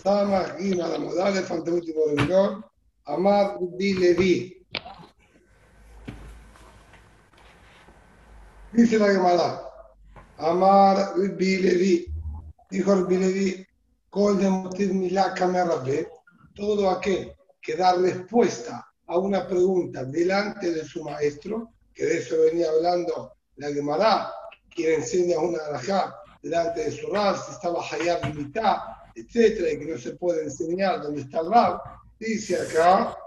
Sama, Gima, la modal, el último renglón, Amar Levi. Dice la Gemara, Amar Levi, dijo Levi, Kol de Motiv Milaka Merabé, todo aquel que da respuesta a una pregunta delante de su maestro, que de eso venía hablando la Gemara, quien enseña una alajá delante de su rab, si estaba Hayab mitad, etcétera, y que no se puede enseñar dónde está el rab, dice acá,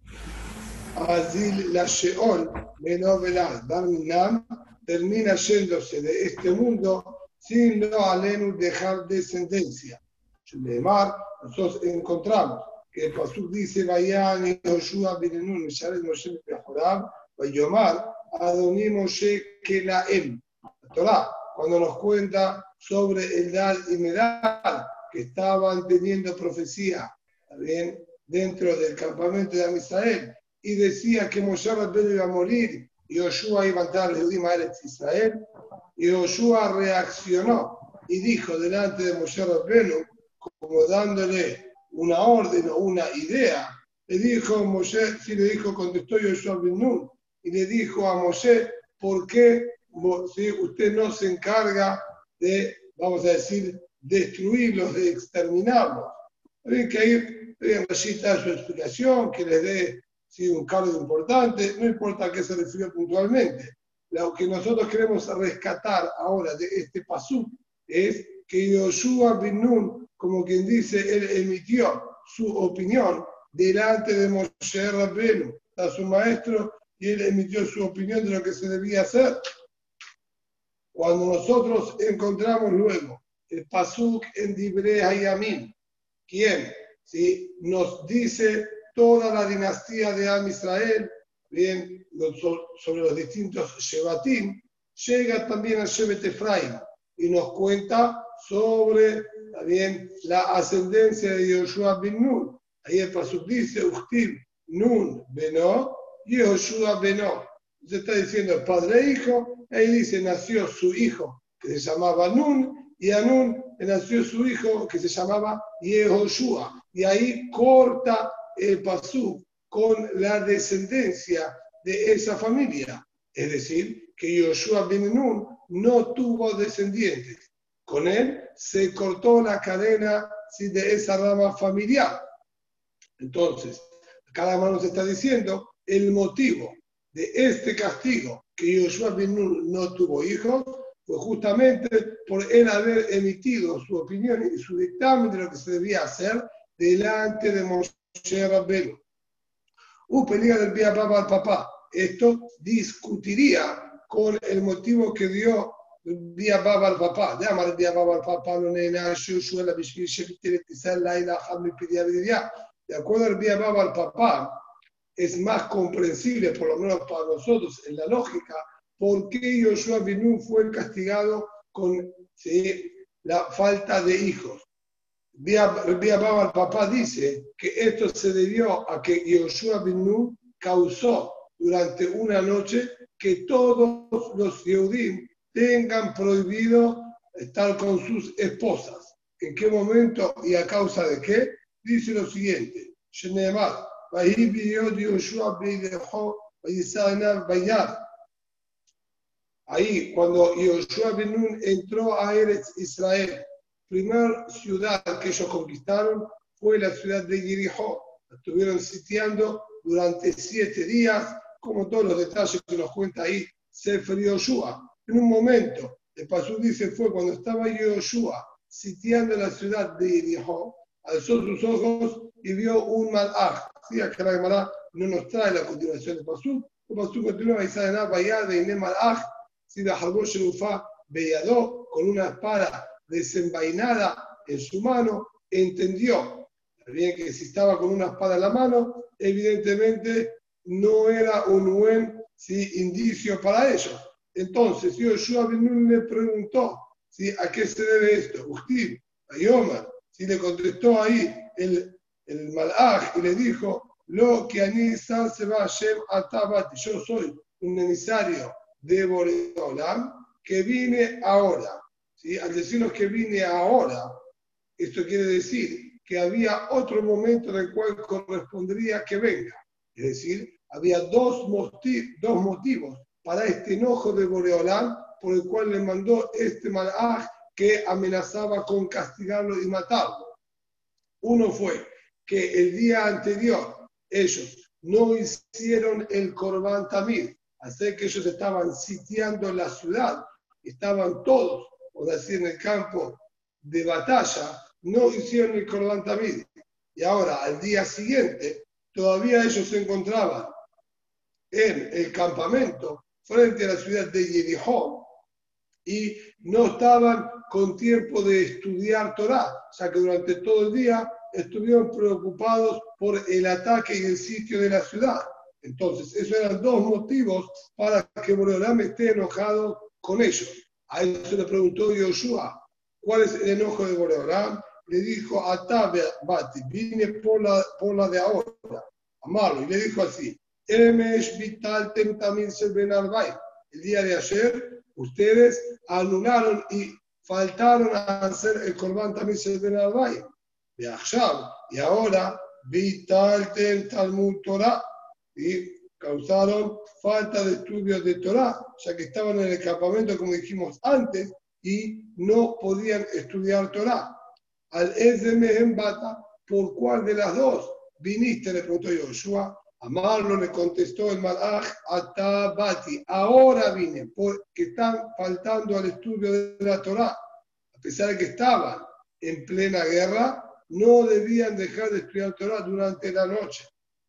Azil la Sheol, Menovelal, Barminam, termina yéndose de este mundo sin no alenu dejar descendencia. Lemar, nosotros encontramos que el Pasuk dice, Vayan y Joshua Binenun, Misharet Moshe Mejorab, Vayomar, Adoní Moshe Kelaem. La Torah, cuando nos cuenta sobre el Dal y Medal, que estaban teniendo profecía, ¿también? Dentro del campamento de Israel, y decía que Moshe Rabbeinu iba a morir y Joshua iba a entrar al Yehudim a Eretz Israel, y Joshua reaccionó y dijo delante de Moshe Rabbeinu, como dándole una orden o una idea, le dijo Moshe, sí le dijo, contestó Joshua ben Nun, y le dijo a Moshe, ¿por qué si usted no se encarga de, vamos a decir, destruirlos, de exterminarlos? Hay que ir, allí está su explicación, que les dé un cargo importante, no importa a qué se refirió puntualmente. Lo que nosotros queremos rescatar ahora de este pasú es que Joshua bin Nun, como quien dice, él emitió su opinión delante de Moshe Rabbeinu, a su maestro, y él emitió su opinión de lo que se debía hacer. Cuando nosotros encontramos luego el pasuk en Divrei Hayamim, ¿quién? ¿Sí? Nos dice toda la dinastía de Am Israel, bien, sobre los distintos Shevatim, llega también a Shevet Efraim y nos cuenta sobre también la ascendencia de Joshua bin Nun. Ahí el pasuk dice, Uchtiv Nun Beno y Joshua Beno. Se está diciendo padre e hijo, ahí dice nació su hijo que se llamaba Nun y a Nun nació su hijo que se llamaba Yehoshua. Y ahí corta el pasú con la descendencia de esa familia. Es decir, que Joshua ben Nun no tuvo descendientes. Con él se cortó la cadena de esa rama familiar. Entonces, cada mano se está diciendo el motivo de este castigo que Joshua ben Nun no tuvo hijos fue justamente por él haber emitido su opinión y su dictamen de lo que se debía hacer delante de Moshe Rabbeinu. Pelea del Bia Baba al papá. Esto discutiría con el motivo que dio Bia Baba al papá. De amar Bia Baba al papá, no nena, Joshua la Bishvil Shevitel Tisal Laila Hamil Pidia Vidia. De acuerdo al Bia Baba al papá, es más comprensible, por lo menos para nosotros, en la lógica, por qué Joshua ben Nun fue castigado con la falta de hijos. Bia Baba, el papá, dice que esto se debió a que Joshua ben Nun causó durante una noche que todos los Yehudim tengan prohibido estar con sus esposas. ¿En qué momento y a causa de qué? Dice lo siguiente, Sheneemar, ahí, cuando Joshua ben Nun entró a Eretz Israel, primera ciudad que ellos conquistaron fue la ciudad de Jericó. La estuvieron sitiando durante 7 días, como todos los detalles que nos cuenta ahí Sefer Yoshua. En un momento, el pasú dice, fue cuando estaba Yoshua sitiando la ciudad de Jericó, alzó sus ojos y vio un malaj. Sí, acá la Gemara no nos trae la continuación del pasú. El pasú continúa, Isaías Bayad de Ine malaj, si la Harbor Sherufa Beyadó, con una espada desenvainada en su mano, entendió bien que si estaba con una espada en la mano, evidentemente no era un buen indicio para ellos. Entonces, Joshua ben Nun le preguntó a qué se debe esto. Uchtiv, Ayomer, si le contestó ahí el malaj y le dijo, lo que Ani se va a Shem Atabat, yo soy un emisario de Boreolam que vine ahora. ¿Sí? Al decirnos que vine ahora, esto quiere decir que había otro momento en el cual correspondería que venga. Es decir, había dos motivos para este enojo de Boreolán, por el cual le mandó este malaj que amenazaba con castigarlo y matarlo. Uno fue que el día anterior ellos no hicieron el Korban Tamid, así que ellos estaban sitiando la ciudad, estaban todos, por decir, en el campo de batalla, no hicieron el Korban Tamid. Y ahora, al día siguiente, todavía ellos se encontraban en el campamento frente a la ciudad de Jericó y no estaban con tiempo de estudiar Torah, ya que durante todo el día estuvieron preocupados por el ataque y el sitio de la ciudad. Entonces, esos eran dos motivos para que Boreolam esté enojado con ellos. A eso le preguntó Yoshua, ¿cuál es el enojo de Boreolam? Le dijo, Atá Bati, vine por la de ahora, amarlo, y le dijo así, Emesh Vital Temtamil Ben Arbay. El día de ayer, ustedes anularon y faltaron a hacer el Korban Tamid Ben Arbay. Y ahora, Vital Talmud Torah. Y causaron falta de estudios de Torah, ya que estaban en el campamento, como dijimos antes, y no podían estudiar Torah. Al Ezem Bata, ¿por cuál de las dos viniste? Le preguntó Yoshua. Amarlo le contestó el Malach Atabati. Ahora vine, porque están faltando al estudio de la Torah. A pesar de que estaban en plena guerra, no debían dejar de estudiar Torah durante la noche.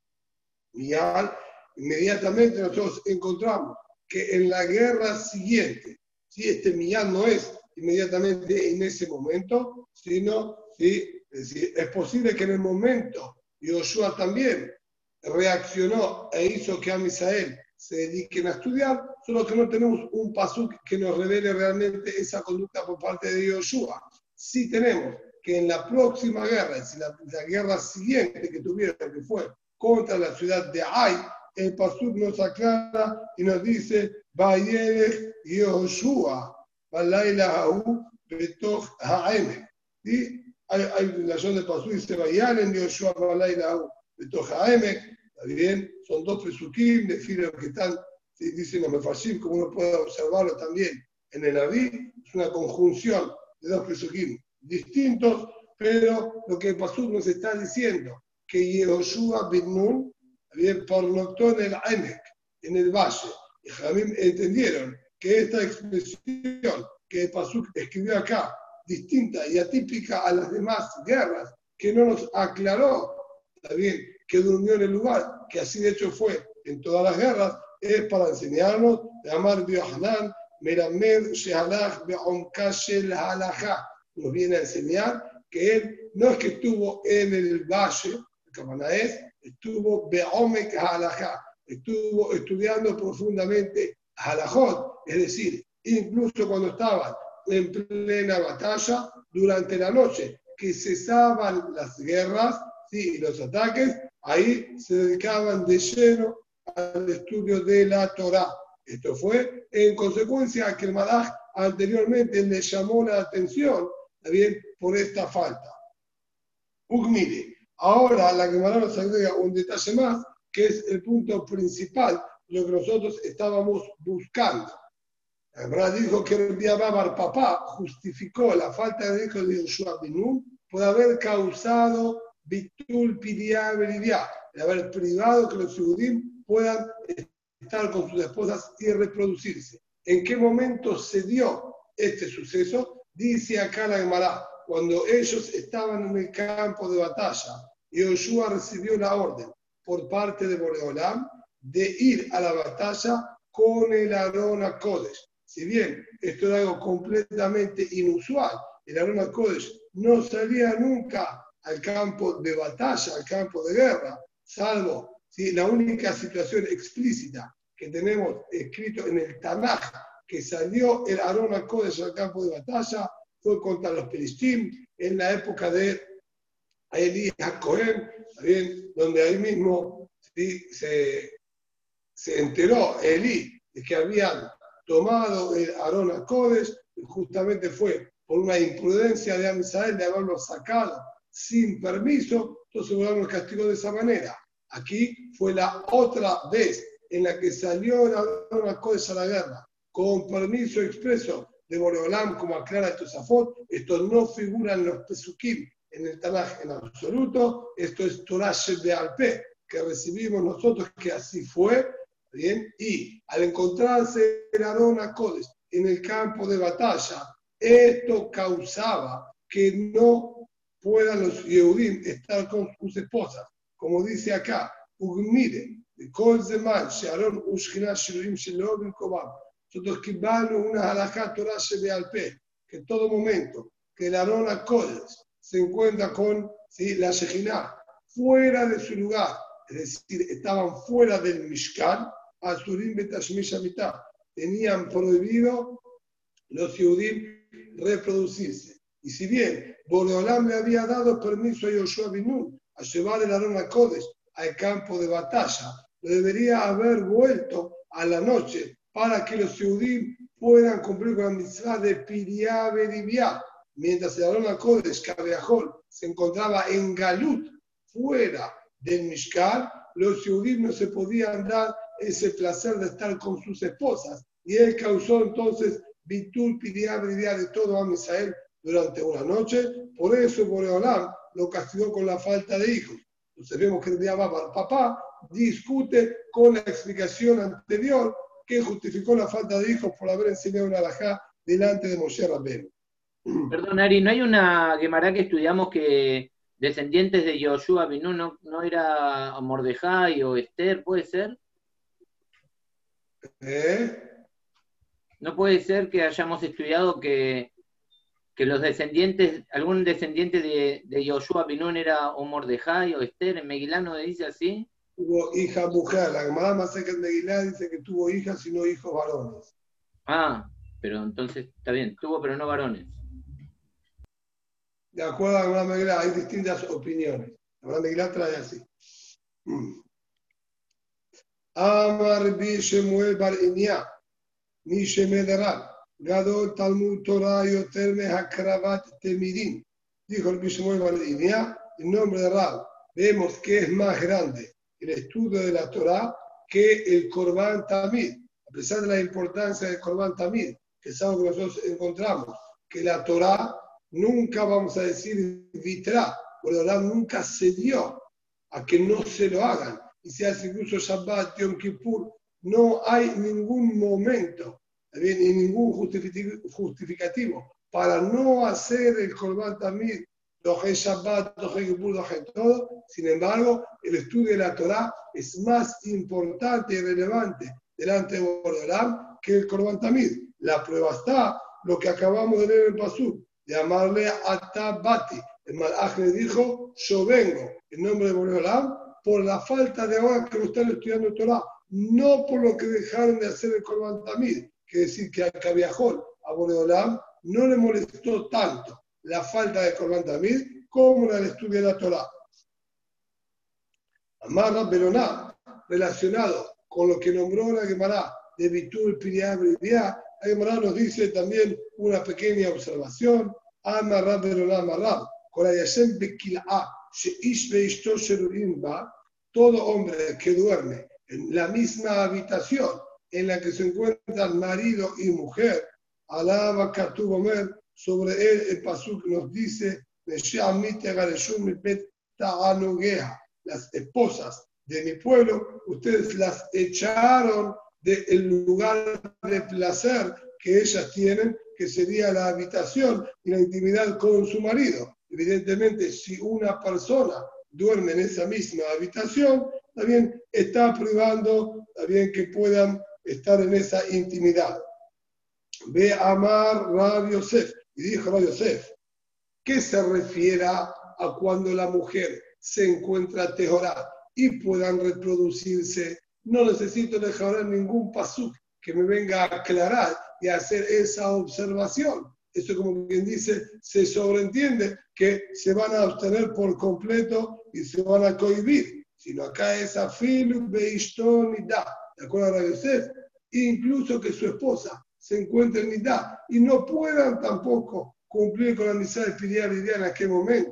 Inmediatamente nosotros encontramos que en la guerra siguiente, si este millán no es inmediatamente en ese momento, sino es posible que en el momento Yoshua también reaccionó e hizo que a Misael se dediquen a estudiar, solo que no tenemos un pasuk que nos revele realmente esa conducta por parte de Yoshua. Sí tenemos que en la próxima guerra, la guerra siguiente que tuvieron, que fue contra la ciudad de Ai, el pasuk nos aclara y nos dice, Vayelech Yoshua, Balayla Ha'u, Betoch Ha'emek. ¿Sí? Hay la zona del pasuk dice, Vayalen Yoshua, Balayla Ha'u, Betoch Ha'emek. Está bien, son dos pesukim de filo que están, dicen los mefashim, como uno puede observarlo también en el Naví, es una conjunción de dos pesukim distintos, pero lo que el pasuk nos está diciendo, que Yehoshua bin Nun pernoctó en el Emek, en el valle. Y Jamim entendieron que esta expresión que el pasuk escribió acá, distinta y atípica a las demás guerras, que no nos aclaró, está bien, que durmió en el lugar, que así de hecho fue en todas las guerras, es para enseñarnos de Amar Biohanan, Meramed Shehalach Be'omkashel Halajá. Nos viene a enseñar que él no es que estuvo en el valle, el Camanaés, estuvo Be'omek Halajá, estuvo estudiando profundamente Halajot, es decir, incluso cuando estaban en plena batalla, durante la noche, que cesaban las guerras, sí, los ataques, ahí se dedicaban de lleno al estudio de la Torá. Esto fue en consecuencia a que el Malaj anteriormente le llamó la atención también por esta falta. Mire, ahora la Gemara nos agrega un detalle más, que es el punto principal, lo que nosotros estábamos buscando. La Gemara dijo que el Bar Papá justificó la falta de hijo de Yoshua bin Nun por haber causado Bitul Piriá Beridiá, de haber privado que los Yehudim puedan estar con sus esposas y reproducirse. ¿En qué momento se dio este suceso? Dice acá la Gemara, cuando ellos estaban en el campo de batalla, Yoshua recibió la orden por parte de Boreolam de ir a la batalla con el Aarón HaKodesh. Si bien esto era algo completamente inusual, el Aarón HaKodesh no salía nunca al campo de batalla, al campo de guerra, salvo la única situación explícita que tenemos escrito en el Tanaj, que salió el Aarón HaKodesh al campo de batalla, fue contra los Pelishtim, en la época de Eli HaKohen, donde ahí mismo se enteró Eli de que habían tomado el Aarón HaKodesh, justamente fue por una imprudencia de Amisael de haberlo sacado sin permiso, entonces Boreolam los castigó de esa manera. Aquí fue la otra vez en la que salió una cosa a la guerra con permiso expreso de Boreolam, como aclara Tosafot. Esto no figura en los Pesukim, en el Tanaj en absoluto. Esto es Torah Shebe'al Peh, que recibimos nosotros, que así fue. ¿Bien? Y al encontrarse el Aarón HaKodesh en el campo de batalla, esto causaba que no puedan los Yehudim estar con sus esposas. Como dice acá, Ugmire, Kol Zeman, Shearon Ushkina Shilurim Shelo Bilkobam. Nosotros esquivamos una halajá Torah Shebe'al Peh, que en todo momento que el Aarón HaKodesh se encuentra con la Shejinah fuera de su lugar, es decir, estaban fuera del Mishkan, Asurim Betashmish Amitah, tenían prohibido los Yehudim reproducirse. Y si bien Boreolam le había dado permiso a Yoshua bin Nun a llevar el Aarón HaKodesh al campo de batalla, lo debería haber vuelto a la noche para que los Yehudim puedan cumplir con la mitzvah de Piriá Beribiá, mientras el Aarón HaKodesh, Kabeahol, se encontraba en Galut, fuera del Mishkan, los Yehudim no se podían dar ese placer de estar con sus esposas, y él causó entonces Bitul Piriá Beribiá de todo Am Israel durante una noche. Por eso Boreolam lo castigó con la falta de hijos. Entonces vemos que el día papá discute con la explicación anterior que justificó la falta de hijos por haber enseñado una halajá delante de Moshe Rabbeinu. Perdón, Ari, ¿no hay una Gemara que estudiamos que descendientes de Yoshua bin Nun no era Mordejai o Esther? ¿Puede ser? ¿No puede ser que hayamos estudiado que los descendientes, algún descendiente de Yoshua bin Nun era o Mordejai o Esther? ¿En Megilá no dice así? Tuvo hija mujer. La Gemara más cerca de Megilá dice que tuvo hijas y no hijos varones. Ah, pero entonces está bien, tuvo pero no varones. De acuerdo a la Gemara Megilá hay distintas opiniones. La Gemara Megilá trae así. Amar bi Shemuel bar Inya, mi Shemederab, Gadol Talmud Torah Yoter Mehakravat Temirim. Dijo el Shemuel bar Inya, en nombre de Rab, vemos que es más grande el estudio de la Torah que el Korban Tamid. A pesar de la importancia del Korban Tamid, que es algo que nosotros encontramos, que la Torah nunca, vamos a decir, vitra, Boreolam nunca cedió a que no se lo hagan. Y se hace incluso Shabbat, Yom Kippur, no hay ningún momento y ningún justificativo para no hacer el Korban Tamid, Doje Shabbat, Doje Kippur, Doje todo. Sin embargo, el estudio de la Torah es más importante y relevante delante de Boreolam que el Korban Tamid. La prueba está lo que acabamos de leer en el Pasuk, de llamarle a Tabati. El Malach le dijo, yo vengo en nombre de Boreolam por la falta de ahora que lo están estudiando Torah, no por lo que dejaron de hacer el Korban Tamid. Quiere decir que a Kaviahol, a Boreolam, no le molestó tanto la falta de Korban Tamid como la del estudio de la Torah. Amar Beroná, relacionado con lo que nombró la Gemara de Bitul Piriá Beribiá, la Gemara nos dice también una pequeña observación. Amar Beroná Amarrab, con la Yashem Bekil'a, todo hombre que duerme en la misma habitación en la que se encuentran marido y mujer, alaba Katubomer, sobre él el Pasuk nos dice, las esposas de mi pueblo, ustedes las echaron del lugar de placer que ellas tienen, que sería la habitación y la intimidad con su marido. Evidentemente, si una persona duerme en esa misma habitación, también está privando, también que puedan estar en esa intimidad. Ve Amar Rab Yosef, y dijo Rab Yosef, ¿qué se refiere a cuando la mujer se encuentra tehorá y puedan reproducirse? No necesito dejar ningún pasuk que me venga a aclarar y a hacer esa observación. Eso, como quien dice, se sobreentiende que se van a abstener por completo y se van a cohibir. Sino acá es afilu beishton nidá, de acuerdo a Rab Yosef, incluso que su esposa se encuentre en nidá y no puedan tampoco cumplir con la misa de Piriá Beribiá en aquel momento.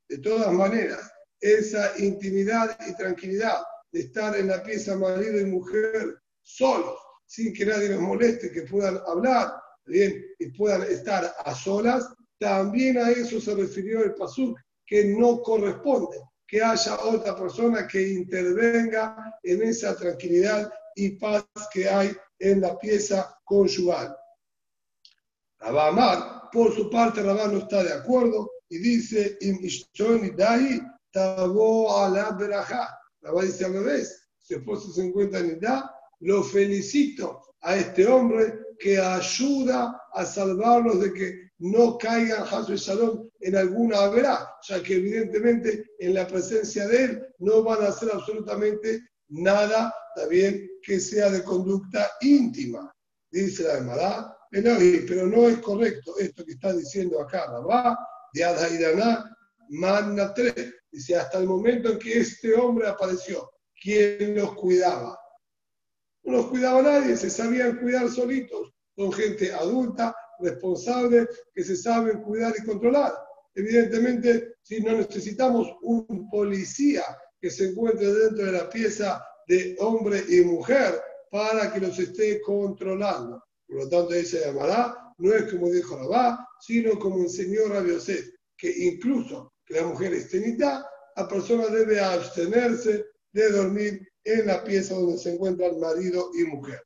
De todas maneras, esa intimidad y tranquilidad de estar en la pieza marido y mujer solos, sin que nadie los moleste, que puedan hablar, bien, y puedan estar a solas, también a eso se refirió el pasuk, que no corresponde que haya otra persona que intervenga en esa tranquilidad y paz que hay en la pieza conyugal. Rabá Amar, por su parte, Rabá no está de acuerdo y dice, Im Ishton Dahi, Tabo ala Berajá. Rabá dice al revés, su esposo se encuentra en Idá, lo felicito a este hombre que ayuda a salvarlos de que no caigan Hasu Shalom en alguna verá, ya que evidentemente en la presencia de él no van a hacer absolutamente nada, también que sea de conducta íntima. Dice la Gemara, pero no es correcto esto que está diciendo acá, Rabá, de Adhairaná, Manna 3. Dice, hasta el momento en que este hombre apareció, ¿quién los cuidaba? No los cuidaba nadie, se sabían cuidar solitos, son gente adulta, responsable, que se saben cuidar y controlar. Evidentemente, si no necesitamos un policía que se encuentre dentro de la pieza de hombre y mujer para que los esté controlando. Por lo tanto, ahí se llamará, no es como dijo Rabá, sino como enseñó Rabbi Yosef, que incluso que la mujer esté en Itá, la persona debe abstenerse de dormir en la pieza donde se encuentran marido y mujer.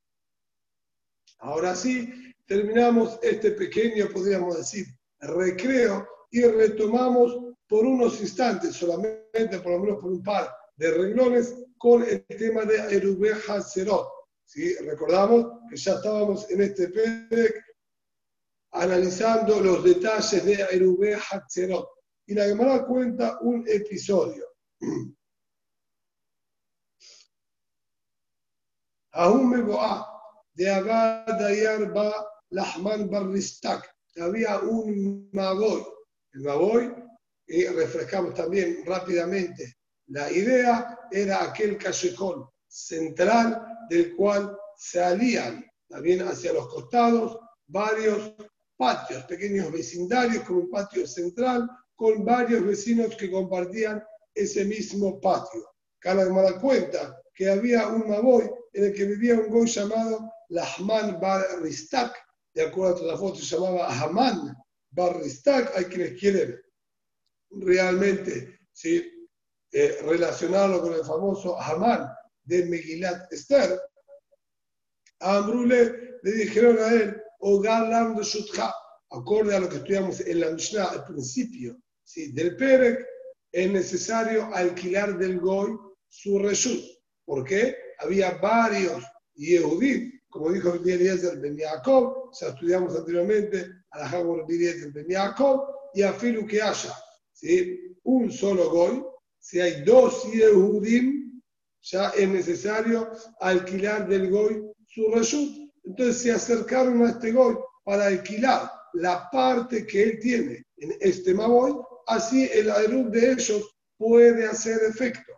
Ahora sí, terminamos este pequeño, podríamos decir, recreo y retomamos por unos instantes, solamente por lo menos por un par de renglones, con el tema de Erubé Hatzerot. ¿Sí? Recordamos que ya estábamos en este perek analizando los detalles de Erubé Hatzerot. Y la Gemara cuenta un episodio. Aún me voy de Abad Dayar Ba Lahman Barristak. Había un Maboy. El Maboy, y refrescamos también rápidamente la idea, era aquel callejón central del cual salían también hacia los costados varios patios, pequeños vecindarios con un patio central, con varios vecinos que compartían ese mismo patio. Cada vez me da cuenta que había un Maboy en el que vivía un goy llamado Lahman Bar Ristak, de acuerdo a otra foto se llamaba Haman Bar Ristak. Hay quienes quieren realmente ¿sí? Relacionarlo con el famoso Haman de Megilat Esther. A Ambrule le dijeron a él, Ogalam de Shutha, acorde a lo que estudiamos en la Mishnah al principio ¿sí? del Perek, es necesario alquilar del goy su reshut. ¿Por qué? Había varios Yehudim, como dijo Eliezer ben Yaakov, ya estudiamos anteriormente a la Hagor Eliezer ben Yaakov, y a Filu que haya ¿sí? un solo goy, si hay dos Yehudim, ya es necesario alquilar del goy su reshut. Entonces se acercaron a este goy para alquilar la parte que él tiene en este Maboy, así el Erub de ellos puede hacer efecto.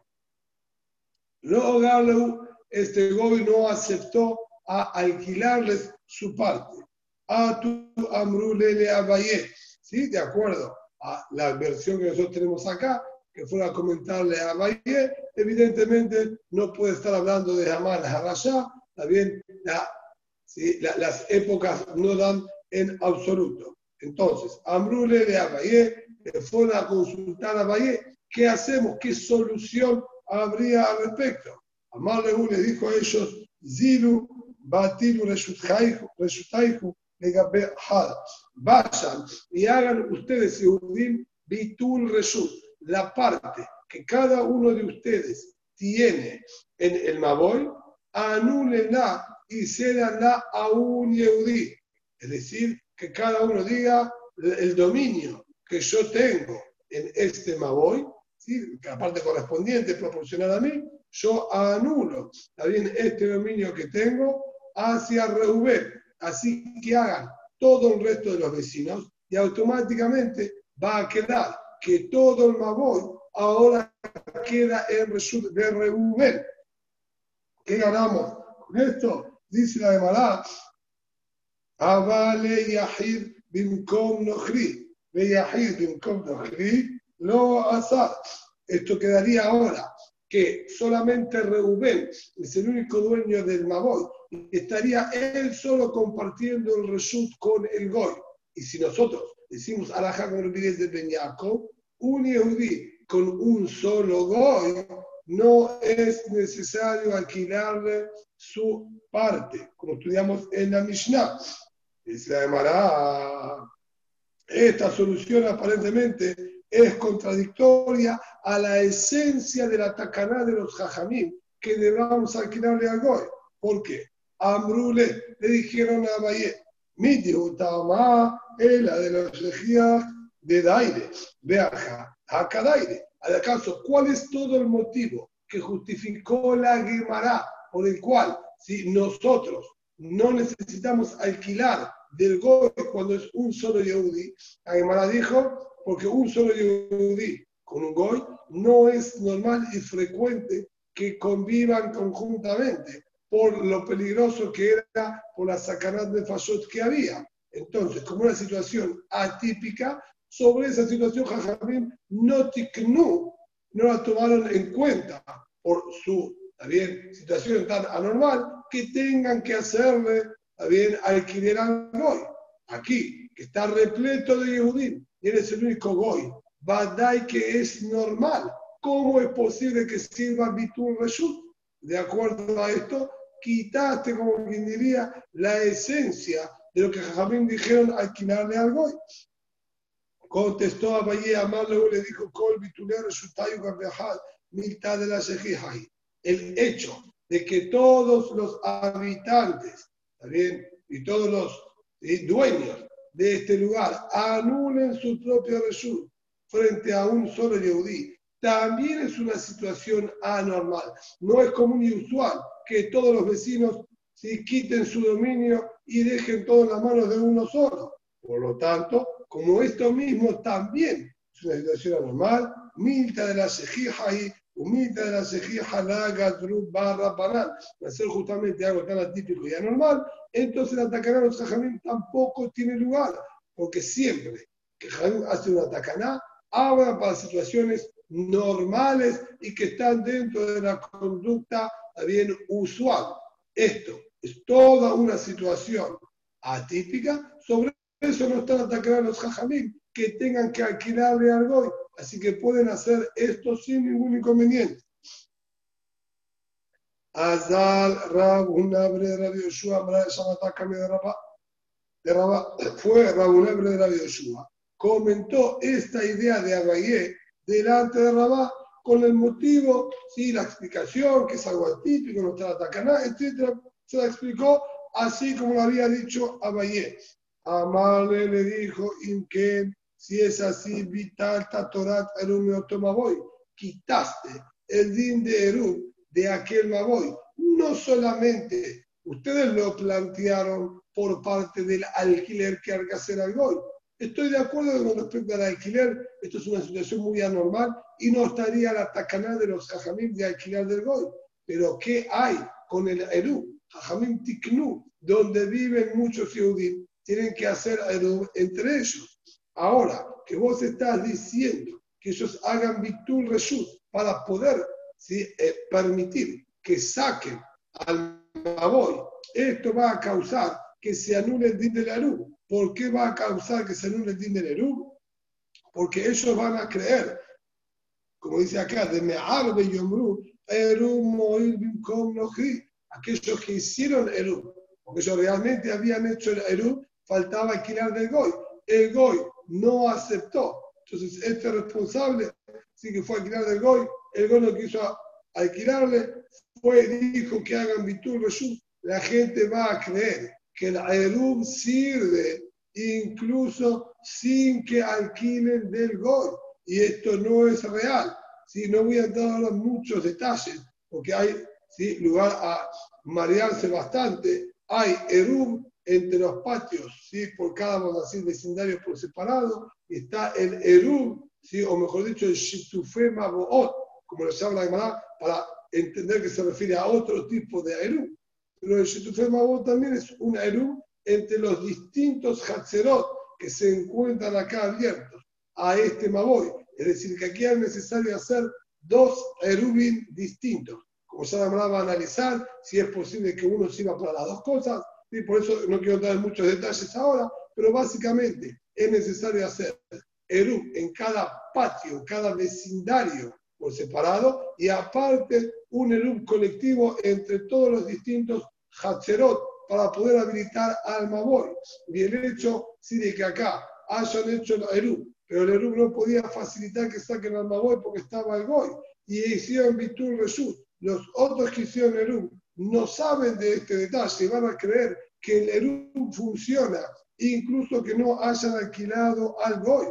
Luego Galu, este goy no aceptó a alquilarles su parte. A tu Amrulele Abaye, ¿sí? De acuerdo a la versión que nosotros tenemos acá, que fuera a comentarle a Abaye, evidentemente no puede estar hablando de Haman Harashá, también ¿sí? Las épocas no dan en absoluto. Entonces, Amrulele Abaye, fueron a consultar a Abaye, ¿qué hacemos? ¿Qué solución habría al respecto? Amar Lehu les dijo a ellos, Zilu, Batilu, Reshutaihu, Legabe Had. Vayan y hagan ustedes, Yehudim, Bitul Reshut, la parte que cada uno de ustedes tiene en el Maboy, anúlenla y cédanla a un Yehudí. Es decir, que cada uno diga el dominio que yo tengo en este Maboy, ¿sí? La parte correspondiente proporcional a mí, yo anulo también este dominio que tengo hacia Reubén. Así que hagan todo el resto de los vecinos y automáticamente va a quedar que todo el Maboy ahora queda en Reshut de Reubén. ¿Qué ganamos con esto? Dice la Gemara, Avale Yahid Bimkom Nochri, Ve Yahid Bimkom Nochri, lo asad. Esto quedaría ahora que solamente Reubén es el único dueño del Maboy. Estaría él solo compartiendo el reshut con el Goy. Y si nosotros decimos alajá con el Bidez de Ben Yaakov, un Yehudí con un solo Goy, no es necesario alquilarle su parte, como estudiamos en la Mishnah. Dice la Gemara, esta solución aparentemente es contradictoria a la esencia de la tacaná de los jajamim, que debamos alquilarle al Goy. ¿Por qué? Amrule le dijeron a Abayé, mi diutama es la de los regias de Daire, Beaja, Hakadaire. ¿Acaso cuál es todo el motivo que justificó la Gemara por el cual si nosotros no necesitamos alquilar del Goy cuando es un solo Yehudi? La Gemara dijo, porque un solo Yehudi con un Goy no es normal y frecuente que convivan conjuntamente por lo peligroso que era, por la sacanat de Fashot que había. Entonces, como una situación atípica, sobre esa situación Jajamim no tiknu, no la tomaron en cuenta por su también situación tan anormal que tengan que hacerle también alquiler al Goy. Aquí, que está repleto de Yehudim, y eres el único Goy, Badai que es normal. ¿Cómo es posible que sirva Bitul Reshut? De acuerdo a esto, quitaste, como quien diría, la esencia de lo que Jajamim dijeron alquilarle al Goy. Contestó a Valle Amar, luego le dijo, Kol Bituler Reshutayu Gabehad, mitad de la Shejihai. El hecho de que todos los habitantes, ¿también? Y todos los dueños de este lugar anulen su propio reshut frente a un solo Yehudí, también es una situación anormal. No es común y usual que todos los vecinos quiten su dominio y dejen todo en las manos de uno solo. Por lo tanto, como esto mismo también es una situación anormal, milta de la Shejija y humilta de la Shejija la Gadru barra Banal, va a ser justamente algo tan atípico y anormal, entonces la tacaná de los Jajamim tampoco tiene lugar, porque siempre que Jajamim hace una tacaná, habla para situaciones normales y que están dentro de la conducta también usual. Esto es toda una situación atípica, sobre eso no están atacando a los jajamim que tengan que alquilarle al Goy, así que pueden hacer esto sin ningún inconveniente. Azal Rab Unabre de Rabbi Yoshua, de Rabá, fue Rab Unabre de Rabbi Yoshua, comentó esta idea de Abayé delante de Rabá con el motivo, sí, la explicación, que es algo atípico, no está la tacaná, etc. Se la explicó así como lo había dicho Abayé. Amarle le dijo, Inken, si es así, vital tatorat erum otomaboy, quitaste el din de Erum de aquel Maboy. No solamente ustedes lo plantearon por parte del alquiler que hay que hacer al Goy. Estoy de acuerdo con respecto al alquiler, esto es una situación muy anormal y no estaría la tacaná de los jajamim de alquiler del Goy. Pero ¿qué hay con el Erum? Jajamim tiknu, donde viven muchos Yehudim, tienen que hacer Erum entre ellos. Ahora, que vos estás diciendo que ellos hagan Bitul Reshut para poder permitir que saquen al Maboy, esto va a causar que se anule el din del Erum. ¿Por qué va a causar que se anule el din del Erum? Porque ellos van a creer, como dice acá, de Me'arbe Yomru, Erum Moil Bimkom Noji, aquellos que hicieron Erum, porque ellos realmente habían hecho el Erum, faltaba alquilar del Goy. El Goy no aceptó. Entonces, este responsable sí que fue a alquilar del Goy, el Goy no quiso alquilarle, dijo que hagan Bitul Reshut, la gente va a creer que el Erum sirve incluso sin que alquilen del Goy. Y esto no es real. ¿Sí? No voy a entrar ahora en muchos detalles, porque hay lugar a marearse bastante. Hay Erum entre los patios, ¿sí? Por cada, vamos a decir, vecindario por separado. Está el Erum, ¿sí? O mejor dicho, el Shitufé Maboot, como lo llama la Gemara, para entender que se refiere a otro tipo de Erum. Pero el Shitufé Maboot también es un Erum entre los distintos Hatzerot que se encuentran acá abiertos a este Maboy. Es decir, que aquí es necesario hacer dos erubin distintos. Como ya hablaba, analizar si es posible que uno sirva para las dos cosas, y por eso no quiero dar muchos detalles ahora, pero básicamente es necesario hacer erub en cada patio, en cada vecindario por separado, y aparte un erub colectivo entre todos los distintos hatzerot para poder habilitar al Maboy. Y el hecho, sí, de que acá hayan hecho el erub, pero el erub no podía facilitar que saquen al Maboy porque estaba el Goy, y hicieron Bitul Reshut. Los otros que hicieron erub no saben de este detalle y van a creer que el erub funciona, incluso que no hayan alquilado al Goy.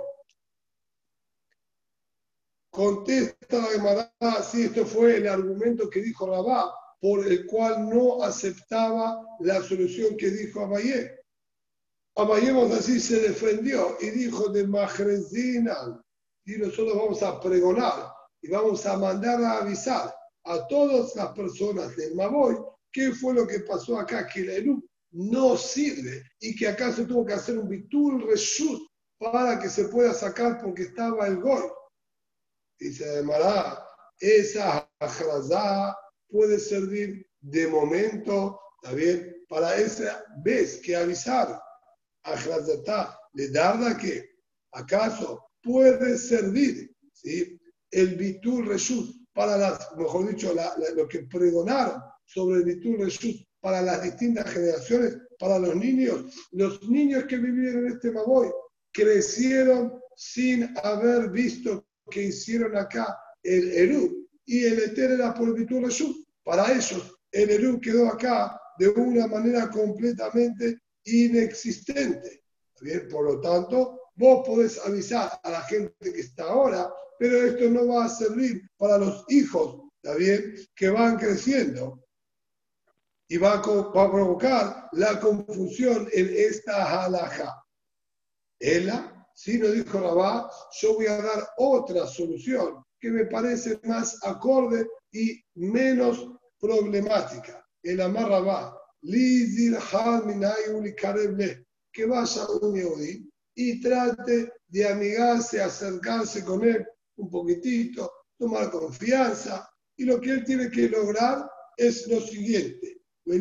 Contesta la Gemara, si esto fue el argumento que dijo Rabá, por el cual no aceptaba la solución que dijo Abayé. Abayé, vamos a decir, se defendió y dijo de Majrezina, y nosotros vamos a pregonar y vamos a mandar a avisar a todas las personas del Maboy qué fue lo que pasó acá, que el erub no sirve y que acá se tuvo que hacer un bitul reshut para que se pueda sacar porque estaba el Goy. Dice además, esa ajrazá puede servir de momento, ¿está bien? Para esa vez que avisaron. Ajrazatá, le darda que, ¿acaso puede servir, ¿sí? El bitul reshut para las, mejor dicho, lo que pregonaron sobre el bitul reshut para las distintas generaciones, para los niños que vivieron en este Maboy, crecieron sin haber visto que hicieron acá el erub, y el eter era por el bitul reshut. Para ellos, el erub quedó acá de una manera completamente inexistente. ¿Bien? Por lo tanto, vos podés avisar a la gente que está ahora, pero esto no va a servir para los hijos, ¿está bien? Que van creciendo y va a provocar la confusión en esta halajá. Ella, si no dijo Rabá, yo voy a dar otra solución que me parece más acorde y menos problemática. El amar Rabá, que vaya un Yehudí y trate de amigarse, acercarse con él un poquitito, tomar confianza, y lo que él tiene que lograr es lo siguiente: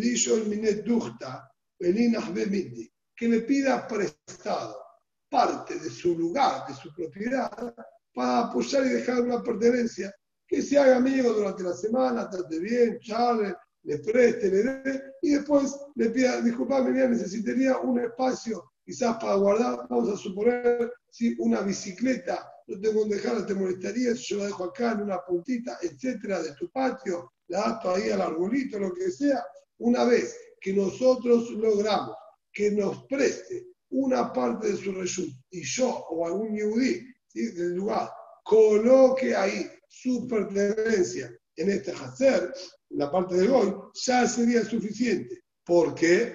que le pida prestado parte de su lugar, de su propiedad, para apoyar y dejar una pertenencia, que se haga amigo durante la semana, trate bien, charle, le preste, le dé, y después le pida, disculpame, mira, necesitaría un espacio quizás para guardar, vamos a suponer, si una bicicleta, no tengo donde dejarla, te molestaría si yo la dejo acá en una puntita, etcétera, de tu patio, la ato ahí al arbolito, lo que sea. Una vez que nosotros logramos que nos preste una parte de su reshut y yo o algún yehudí, ¿sí?, del lugar coloque ahí su pertenencia en este hacer, la parte del goy, ya sería suficiente. Porque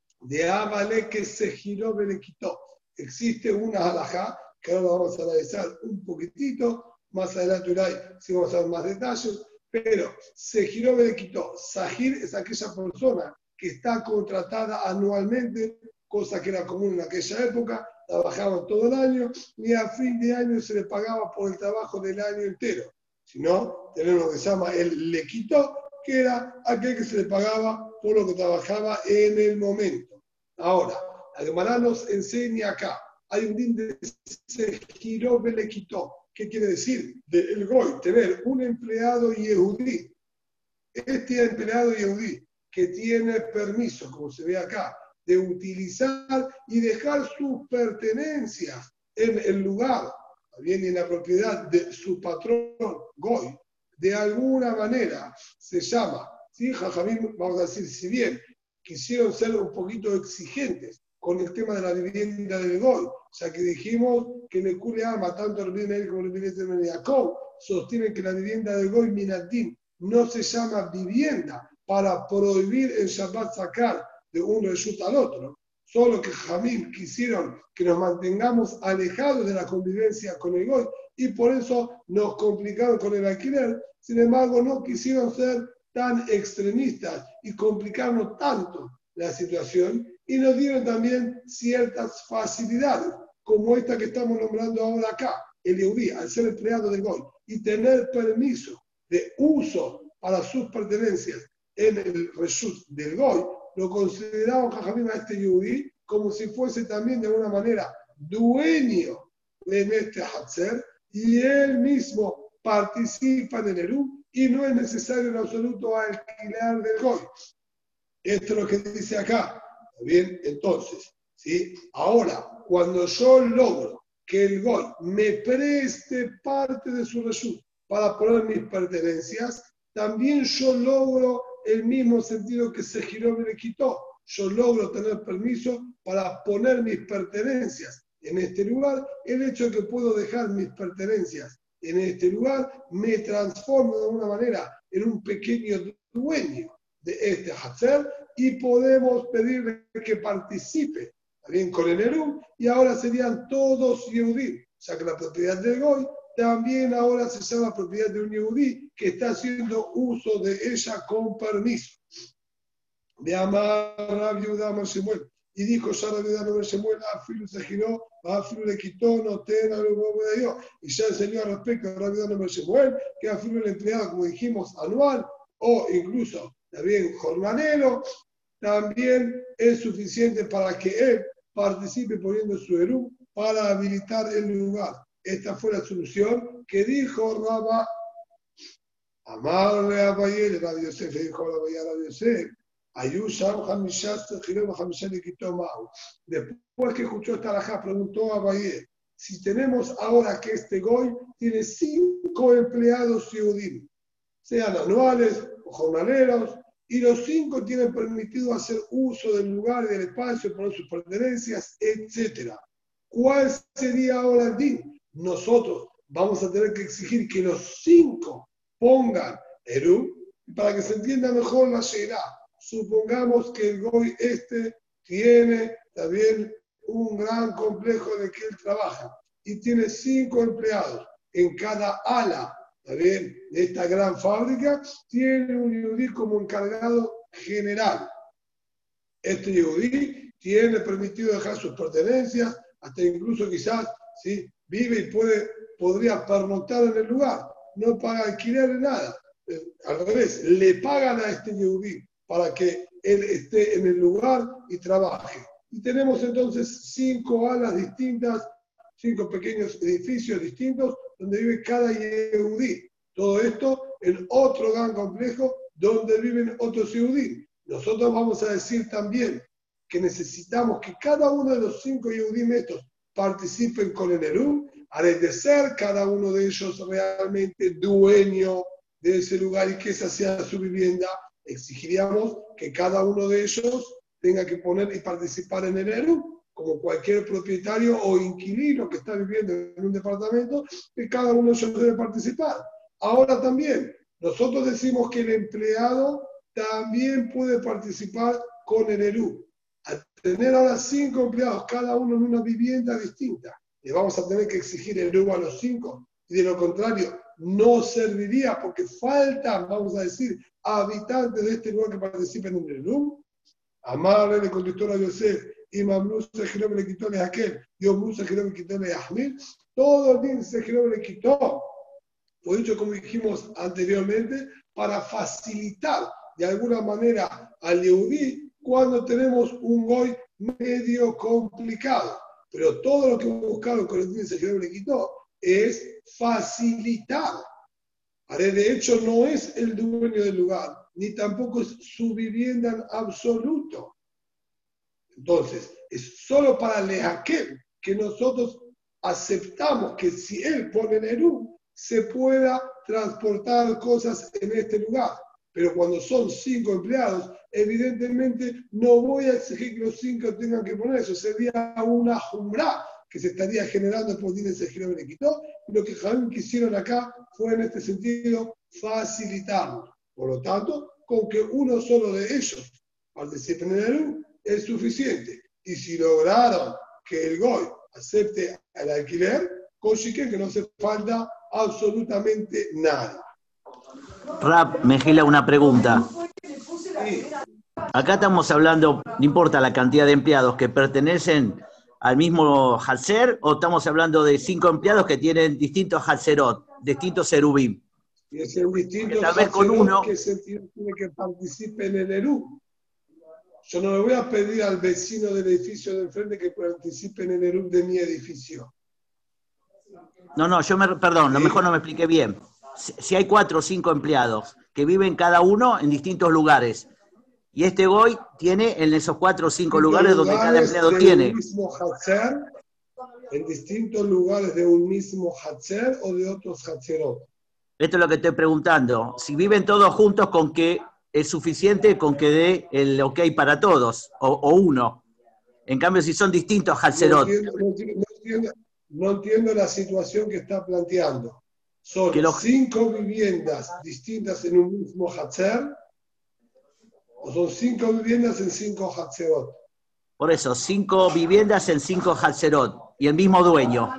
de Abale que se giró, me le quitó. Existe una halajá que ahora vamos a analizar un poquitito, más adelante si vamos a ver más detalles, pero se giró, me le quitó. Sahir es aquella persona que está contratada anualmente, cosa que era común en aquella época, trabajaban todo el año, ni a fin de año se le pagaba por el trabajo del año entero, sino tenemos lo que se llama el lequito, que era aquel que se le pagaba por lo que trabajaba en el momento. Ahora, la Gemara nos enseña acá, hay un din de se giró, me le quitó. ¿Qué quiere decir? El goy, tener un empleado yehudí. Este empleado yehudí que tiene permiso, como se ve acá, de utilizar y dejar sus pertenencias en el lugar, bien, en la propiedad de su patrón goy, de alguna manera se llama, ¿sí? Jajamín, vamos a decir, si bien quisieron ser un poquito exigentes con el tema de la vivienda del goy, ya que dijimos que en el Kule Ama, tanto el Rebbe como el Rebbe Jacob sostienen que la vivienda del goy minatín no se llama vivienda para prohibir el Shabbat sacar de un reshut al otro, solo que Jamim quisieron que nos mantengamos alejados de la convivencia con el goy y por eso nos complicaron con el alquiler. Sin embargo, no quisieron ser tan extremistas y complicarnos tanto la situación, y nos dieron también ciertas facilidades, como esta que estamos nombrando ahora acá, el Yehudí, al ser empleado del Goy, y tener permiso de uso para sus pertenencias en el reshut del Goy, lo consideraban Jajamim a este Yehudí como si fuese también de alguna manera dueño en este Hatzer, y él mismo participa en el Eruv, y no es necesario en absoluto alquilar del Goy. Esto es lo que dice acá. Bien, entonces, ¿sí? Ahora, cuando yo logro que el Goy me preste parte de su reshut para poner mis pertenencias, también yo logro el mismo sentido que Sejiró me le quitó. Yo logro tener permiso para poner mis pertenencias en este lugar. El hecho de que puedo dejar mis pertenencias en este lugar me transforma de alguna manera en un pequeño dueño de este Hatzer, y podemos pedirle que participe también con el Eruv, y ahora serían todos Yehudim, ya que la propiedad del Goy también ahora se llama propiedad de un Yehudí que está haciendo uso de ella con permiso. De Amar Rabbi Yehuda Amar Shemuel, y dijo ya Rabbi Yehuda Amar Shemuel, Afilu se giró, Afilu le quitó, no ten a de Dios, y ya enseñó al respecto a Rabbi Yehuda Amar Shemuel que Afilu el empleado, como dijimos, anual o incluso también jornalero, también es suficiente para que él participe poniendo su Eruv para habilitar el lugar. Esta fue la solución que dijo Rabba Amarle a Bayel, Rabbi Yosef, dijo Rabbi Yosef, Ayusham Hamishas Tejirem Hamishas le quitó Mau. Después que escuchó esta alajá, preguntó a Bayel, si tenemos ahora que este Goy tiene 5 empleados Yehudim, sean anuales o jornaleros, y los 5 tienen permitido hacer uso del lugar y del espacio, poner sus pertenencias, etc. ¿Cuál sería ahora el din? Nosotros vamos a tener que exigir que los 5 pongan Eruv, para que se entienda mejor la Sheirá. Supongamos que el Goy tiene también un gran complejo de que él trabaja y tiene 5 empleados en cada ala. ¿Bien? De esta gran fábrica, tiene un Yehudí como encargado general. Este Yehudí tiene permitido dejar sus pertenencias, hasta incluso quizás ¿sí? Vive y podría pernoctar en el lugar, no paga alquiler ni nada. Al revés, le pagan a este Yehudí para que él esté en el lugar y trabaje. Y tenemos entonces 5 alas distintas, 5 pequeños edificios distintos, donde vive cada Yehudí. Todo esto en otro gran complejo donde viven otros Yehudí. Nosotros vamos a decir también que necesitamos que cada uno de los 5 Yehudim estos participen con el Eruv, al de ser cada uno de ellos realmente dueño de ese lugar y que esa sea su vivienda, exigiríamos que cada uno de ellos tenga que poner y participar en el Eruv, como cualquier propietario o inquilino que está viviendo en un departamento, que cada uno de ellos debe participar. Ahora también, nosotros decimos que el empleado también puede participar con el Eruv. Al tener ahora 5 empleados, cada uno en una vivienda distinta, le vamos a tener que exigir el Eruv a los 5, y de lo contrario, no serviría porque faltan, vamos a decir, habitantes de este lugar que participen en el Eruv. Amarle le contestó a Yosef, y Mamlú se giró le quitó a aquel, y Omlú se giró le quitó a Ahmir, todo el bien se giró le quitó. Fue dicho, como dijimos anteriormente, para facilitar de alguna manera al Yehudí cuando tenemos un Goy medio complicado. Pero todo lo que buscaron con el se le quitó es facilitar. De hecho, no es el dueño del lugar, ni tampoco es su vivienda en absoluto. Entonces, es solo para Lehakem que nosotros aceptamos que si él pone en Eruv, se pueda transportar cosas en este lugar. Pero cuando son 5 empleados, evidentemente no voy a exigir que los 5 tengan que poner eso. Sería una jumbrá que se estaría generando por Dines de Girón y quitó. Y lo que Jamín quisieron acá fue en este sentido facilitarlo. Por lo tanto, con que uno solo de ellos participe en el Eruv es suficiente. Y si lograron que el Goy acepte el alquiler, consiguen que no hace falta absolutamente nada. Rab, Mejila, una pregunta. Sí. Acá estamos hablando, no importa la cantidad de empleados que pertenecen al mismo Hatzer o estamos hablando de 5 empleados que tienen distintos Hatzerot, distintos Erubim? Y es el distinto Tal vez con uno, que se tiene que participe en el Erub. Yo no le voy a pedir al vecino del edificio de enfrente que participe en el Erub de mi edificio. no, perdón, a lo ¿Sí? mejor no me expliqué bien. Si hay 4 o 5 empleados que viven cada uno en distintos lugares, y este Goy tiene en esos 4 o 5 lugares donde cada empleado tiene. Mismo Hatzer, en distintos lugares de un mismo Hatzer o de otros Hatzerot. Esto es lo que estoy preguntando. Si viven todos juntos, ¿con qué es suficiente con que dé el ok para todos? O uno. En cambio, si son distintos Hatzerot. No entiendo la situación que está planteando. ¿Son 5 viviendas distintas en un mismo Hatzer? ¿O son 5 viviendas en 5 Hatzerot? Por eso, 5 viviendas en 5 Hatzerot. Y el mismo dueño.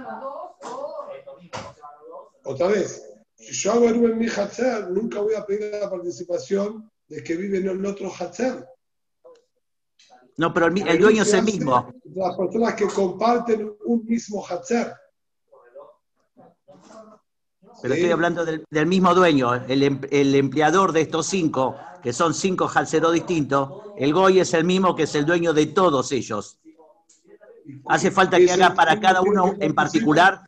Otra vez, si yo hago en mi Hatzer, nunca voy a pedir la participación de que viven en otro Hatzer. No, pero el dueño es el mismo. Las personas que comparten un mismo Hatzer. Pero estoy hablando del mismo dueño, el empleador de estos 5, que son 5 Hatzerot distintos, el Goy es el mismo que es el dueño de todos ellos. ¿Hace falta que haga para cada uno en particular?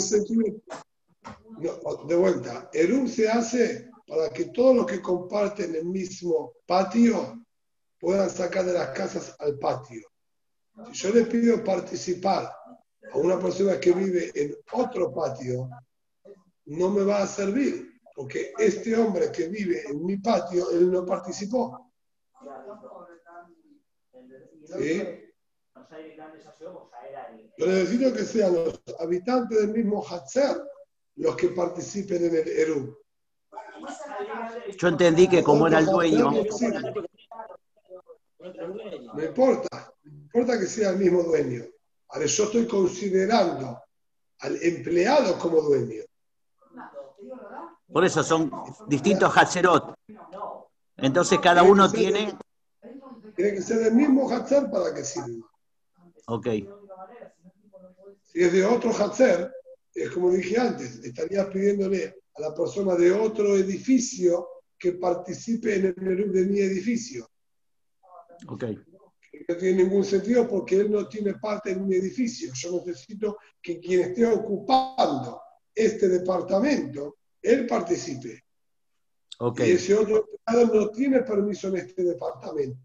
No, de vuelta, Erub se hace para que todos los que comparten el mismo patio puedan sacar de las casas al patio. Si yo le pido participar a una persona que vive en otro patio, no me va a servir, porque este hombre que vive en mi patio, él no participó. ¿Sí? Yo necesito que sean los habitantes del mismo Hatzer los que participen en el Erub. Yo entendí que como era el dueño... No importa que sea el mismo dueño. Ahora yo estoy considerando al empleado como dueño. Por eso son distintos Hatzerot. Entonces cada uno tiene... Tiene que ser del mismo Hatzer para que sirva. Ok. Si es de otro Hatzer, es como dije antes, estarías pidiéndole a la persona de otro edificio que participe en el Erub de mi edificio. Ok. No tiene ningún sentido porque él no tiene parte en mi edificio. Yo necesito que quien esté ocupando este departamento, él participe. Okay. Y ese otro empleado no tiene permiso en este departamento.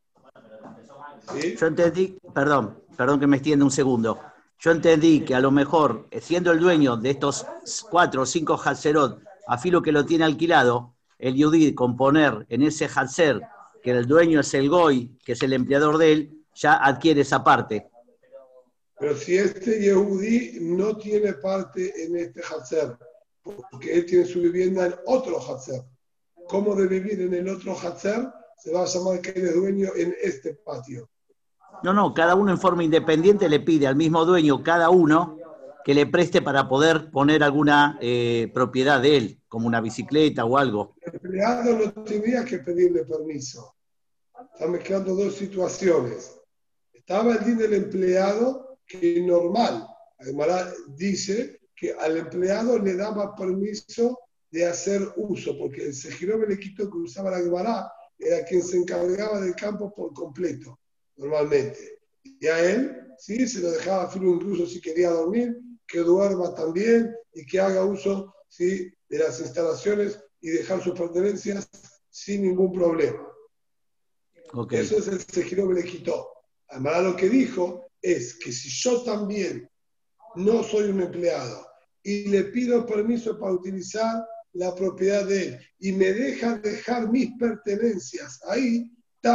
¿Sí? Yo entendí, perdón que me extienda un segundo. Yo entendí que a lo mejor, siendo el dueño de estos 4 o 5 Hatzerot, a filo que lo tiene alquilado, el Yudí con poner en ese Hatzer que el dueño es el Goy, que es el empleador de él, ya adquiere esa parte. Pero si este Yehudí no tiene parte en este Hatzer, porque él tiene su vivienda en otro Hatzer, ¿cómo de vivir en el otro Hatzer? Se va a llamar que él es dueño en este patio. No, cada uno en forma independiente le pide al mismo dueño, cada uno, que le preste para poder poner alguna propiedad de él, como una bicicleta o algo. El empleado no tendría que pedirle permiso. Están mezclando dos situaciones. Estaba el din del empleado, que es normal. Además, dice que al empleado le daba permiso de hacer uso, porque el Sejiró Belequito que usaba la Gemara era quien se encargaba del campo por completo, normalmente. Y a él, sí, se lo dejaba filo incluso si quería dormir, que duerma también y que haga uso, sí, de las instalaciones y dejar sus pertenencias sin ningún problema. Okay. Eso es el Sejiró Belequito. Además, lo que dijo es que si yo también no soy un empleado y le pido permiso para utilizar la propiedad de él y me deja dejar mis pertenencias ahí,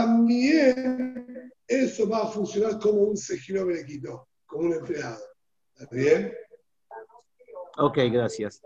también eso va a funcionar como un Sejiró Belequito, como un empleado. ¿Está bien? Ok, gracias.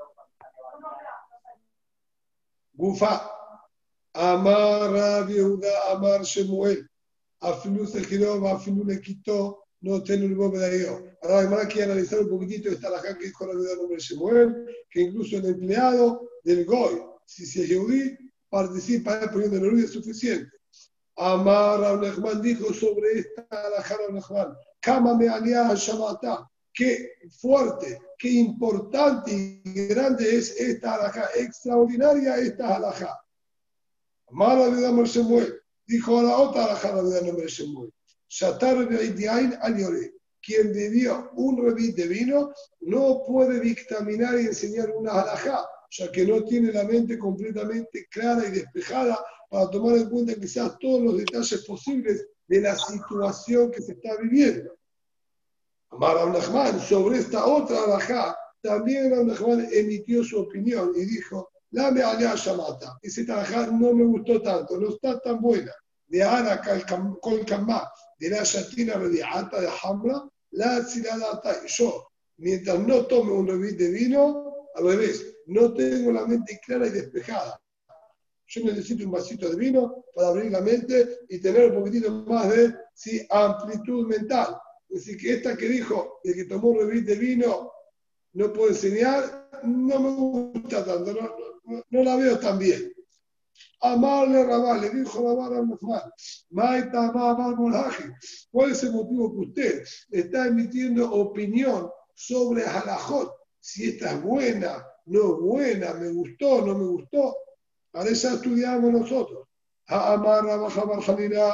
Gufa, Amar Rabbi Yehuda, Amar Shemuel, Afilu Sejiró, Afilu Lequito, no tengo el nombre de Dios. Ahora además quiero analizar un poquitito esta alajá que dijo la vida del nombre de Shemuel, que incluso el empleado del Goy, si se Yehudí, participa poniendo el Erub es suficiente. Amar Rav Nachman dijo sobre esta alajá Rav Nachman, Kama me alía Shamata. Qué fuerte, qué importante y grande es esta halajá, extraordinaria esta halajá. Mala vida de Shemuel, dijo a la otra halajá la vida de Shemuel. Shatar Beidiain al Yore. Quien bebió un revit de vino no puede dictaminar y enseñar una halajá, ya que no tiene la mente completamente clara y despejada para tomar en cuenta quizás todos los detalles posibles de la situación que se está viviendo. Amar Rav Nachman, sobre esta otra halajá, también Rav Nachman emitió su opinión y dijo, la me alea shamata, esa halajá no me gustó tanto, no está tan buena. De Ana Kol Kamá, de la Shatina Rediata de Hamra, la Tziladata. Yo, mientras no tome un revit de vino, al revés, no tengo la mente clara y despejada. Yo necesito un vasito de vino para abrir la mente y tener un poquitito más de amplitud mental. Es decir, que esta que dijo, el que tomó un revit de vino no puede enseñar, no me gusta tanto, no la veo tan bien. Amarle Rabá, le dijo Rabá a Rahman, Maita Amar Molaji, ¿cuál es el motivo que usted está emitiendo opinión sobre halajot? Si esta es buena, no es buena, me gustó, no me gustó. Para eso estudiamos nosotros. Amar Rabá Jamar Janina,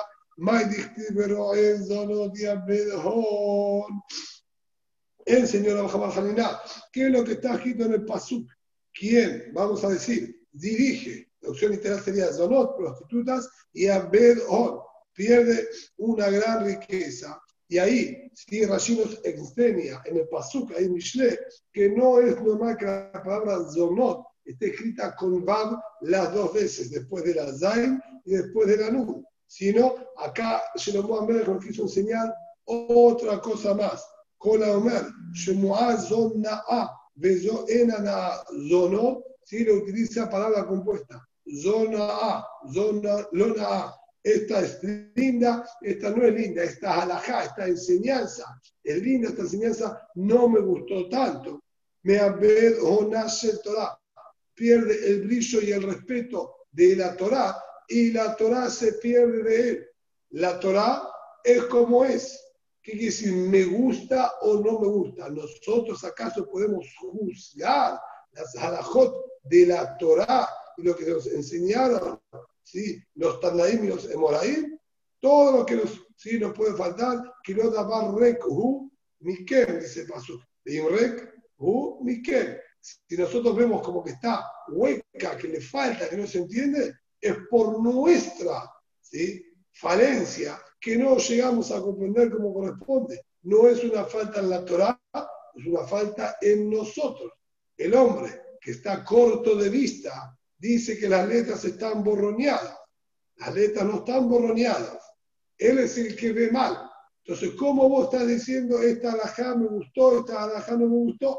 el señor Rabá Janina, ¿qué es lo que está escrito en el Pasuk? ¿Quién, vamos a decir, dirige? La opción literal sería zonot, prostitutas, y abed-on, pierde una gran riqueza. Y ahí, si Rashi nos enseña en el Pasuk, ahí en Mishle, que no es normal que la palabra zonot esté escrita con Vav las dos veces, después de la Zain y después de la Nun, sino acá Shlomo Amelech nos quiso enseñar otra cosa más. Con la Omer, Shemuah zon na'a, bezo enana zonot, si lo utiliza palabra compuesta. Zona A, zona lona A. Esta es linda, esta no es linda, esta halajá, esta enseñanza es linda, esta enseñanza no me gustó tanto. Me abed onashe Torah, pierde el brillo y el respeto de la Torah y la Torah se pierde de él. La Torah es como es. ¿Qué quiere decir? ¿Me gusta o no me gusta? ¿Nosotros acaso podemos juzgar las halajot de la Torah y lo que nos enseñaron, ¿sí? Los Tanaim y los Emoraim? Todo lo que nos puede faltar, que no da rek hu mikem, dice Pasuk. Rek hu mikem. Si nosotros vemos como que está hueca, que le falta, que no se entiende, es por nuestra, ¿sí?, falencia que no llegamos a comprender como corresponde. No es una falta en la Torá, es una falta en nosotros. El hombre que está corto de vista dice que las letras están borroneadas. Las letras no están borroneadas. Él es el que ve mal. Entonces, ¿cómo vos estás diciendo esta halajá me gustó, esta halajá no me gustó?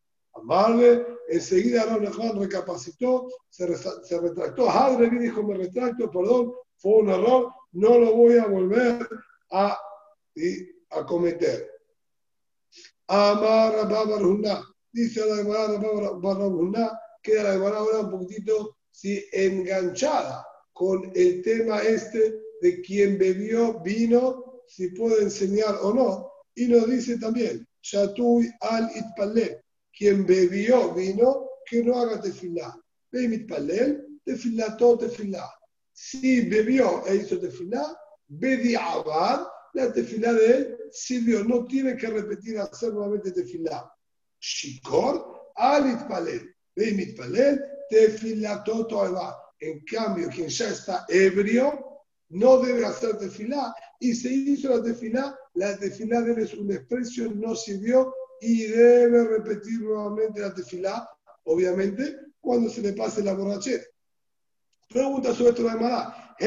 Amarle, enseguida Aaron recapacitó, se retractó. Hadre dijo, me retracto, perdón, fue un error, no lo voy a volver a cometer. Amar Rabá Barjuna, dice la Gemara Barjuna, queda la Gemara ahora un poquitito enganchada con el tema este de quien bebió vino, si puede enseñar o no, y nos dice también, Shatui al Itpalel, quien bebió vino, que no haga tefilá. Ve mitpalel, tefilá, todo tefilá. Si bebió e hizo tefilá, bedi'avad, la tefilá de él sirvió. No tiene que repetir hacer nuevamente tefilá. Shikor, alitpalel. Ve mitpalel, tefilá, todo. En cambio, quien ya está ebrio, no debe hacer tefilá. Y se hizo la tefilá de él es un desprecio, no sirvió. Y debe repetir nuevamente la tefilá, obviamente, cuando se le pase la borrachera. Pregunta sobre esto de Mará.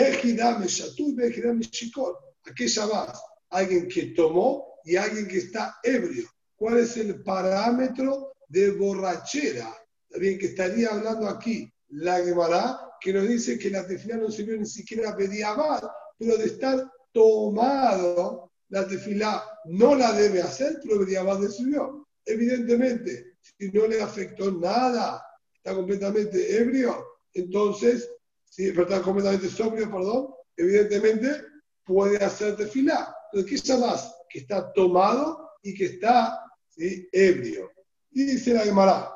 ¿A qué llamas? Alguien que tomó y alguien que está ebrio. ¿Cuál es el parámetro de borrachera? También que estaría hablando aquí la Gemara, que nos dice que la tefilá no sirvió ni siquiera a bediavad, pero de estar tomado, la tefilá no la debe hacer, pero bediavad le sirvió. Evidentemente, si no le afectó nada, está completamente ebrio, entonces, si está completamente sobrio, perdón, evidentemente puede hacer tefilá. Entonces, ¿qué llamas que está tomado y que está, ¿sí?, ebrio. Y dice la Gemara,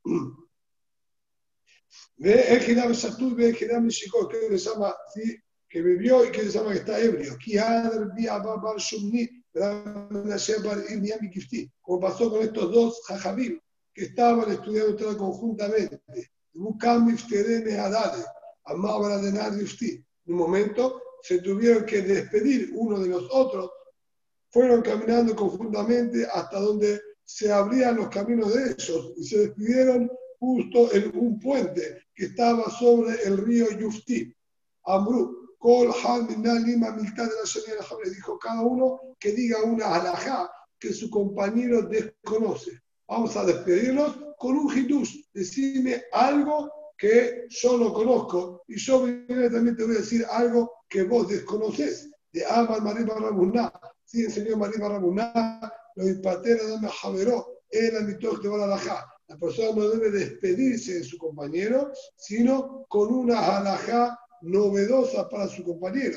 ve Ejidam Shatut, ve Ejidam Shikor, que le llama, ¿sí?, que bebió y que le llama que está ebrio. Como pasó con estos dos jajamim que estaban estudiando todo conjuntamente. En un momento se tuvieron que despedir uno de los otros, fueron caminando conjuntamente hasta donde se abrían los caminos de ellos y se despidieron justo en un puente que estaba sobre el río Yufti. Amru, dijo cada uno que diga una halajá que su compañero desconoce. Vamos a despedirnos con un hidush. Decime algo que yo no conozco y yo también te voy a decir algo que vos desconoces. De Amar Mariba Ramuná. Sí, enseñó Mariba Ramuná, lo impatera dame javeró, era mi toque de halajá. La persona no debe despedirse de su compañero, sino con una halajá novedosa para su compañero.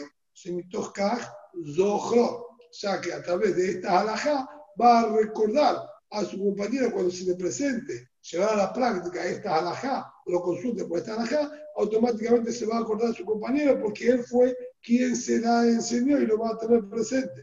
O sea que a través de esta halajá va a recordar a su compañero cuando se le presente, llevar a la práctica esta halajá, o lo consulte por esta halajá, automáticamente se va a acordar a su compañero porque él fue quien se la enseñó y lo va a tener presente.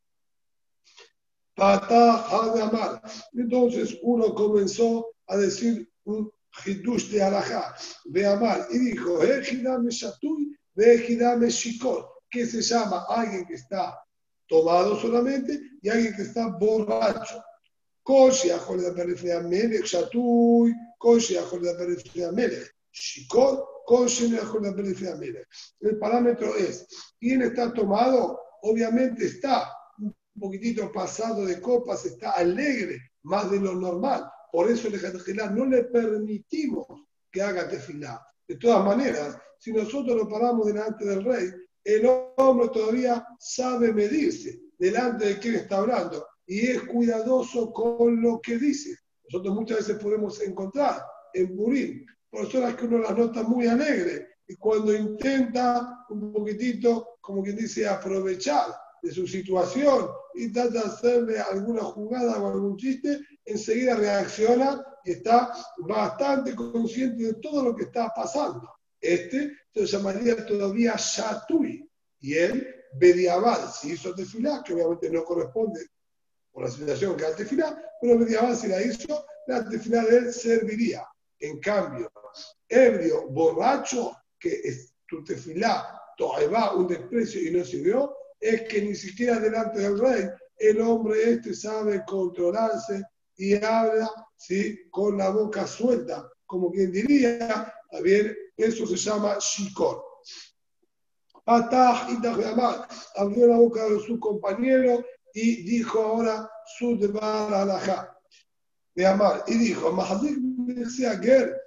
Entonces uno comenzó a decir un hidush de halajá, de amar, y dijo, Ejidame Shatuy, Ejidame Shikor, que se llama alguien que está tomado solamente y alguien que está borracho. Koshi Ajol de Perifea Melech, Shatuy, Koshi Ajol de Perifea Melech, Shikor, Koshi Ajol de Perifea Melech. El parámetro es, ¿quién está tomado? Obviamente está un poquitito pasado de copas, está alegre, más de lo normal. Por eso no le permitimos que haga tefilá. De todas maneras, si nosotros nos paramos delante del rey, el hombre todavía sabe medirse delante de quien está hablando y es cuidadoso con lo que dice. Nosotros muchas veces podemos encontrar en Purim personas que uno las nota muy alegres y cuando intenta un poquitito, como quien dice, aprovechar de su situación y trata de hacerle alguna jugada o algún chiste, enseguida reacciona y está bastante consciente de todo lo que está pasando. Este se llamaría todavía Shatui y él, Bediabal, si hizo tefilá, que obviamente no corresponde por la situación que hace tefilá, pero Bediabal si la hizo, la tefilá de él serviría. En cambio, ebrio, borracho, que es tu tefilá, todavía un desprecio y no sirvió, es que ni siquiera delante del rey el hombre este sabe controlarse y habla, ¿sí?, con la boca suelta, como quien diría, también eso se llama shikor. Patah Itah abrió la boca de su compañero y dijo ahora su debar alajá de amar y dijo Mahadik Ger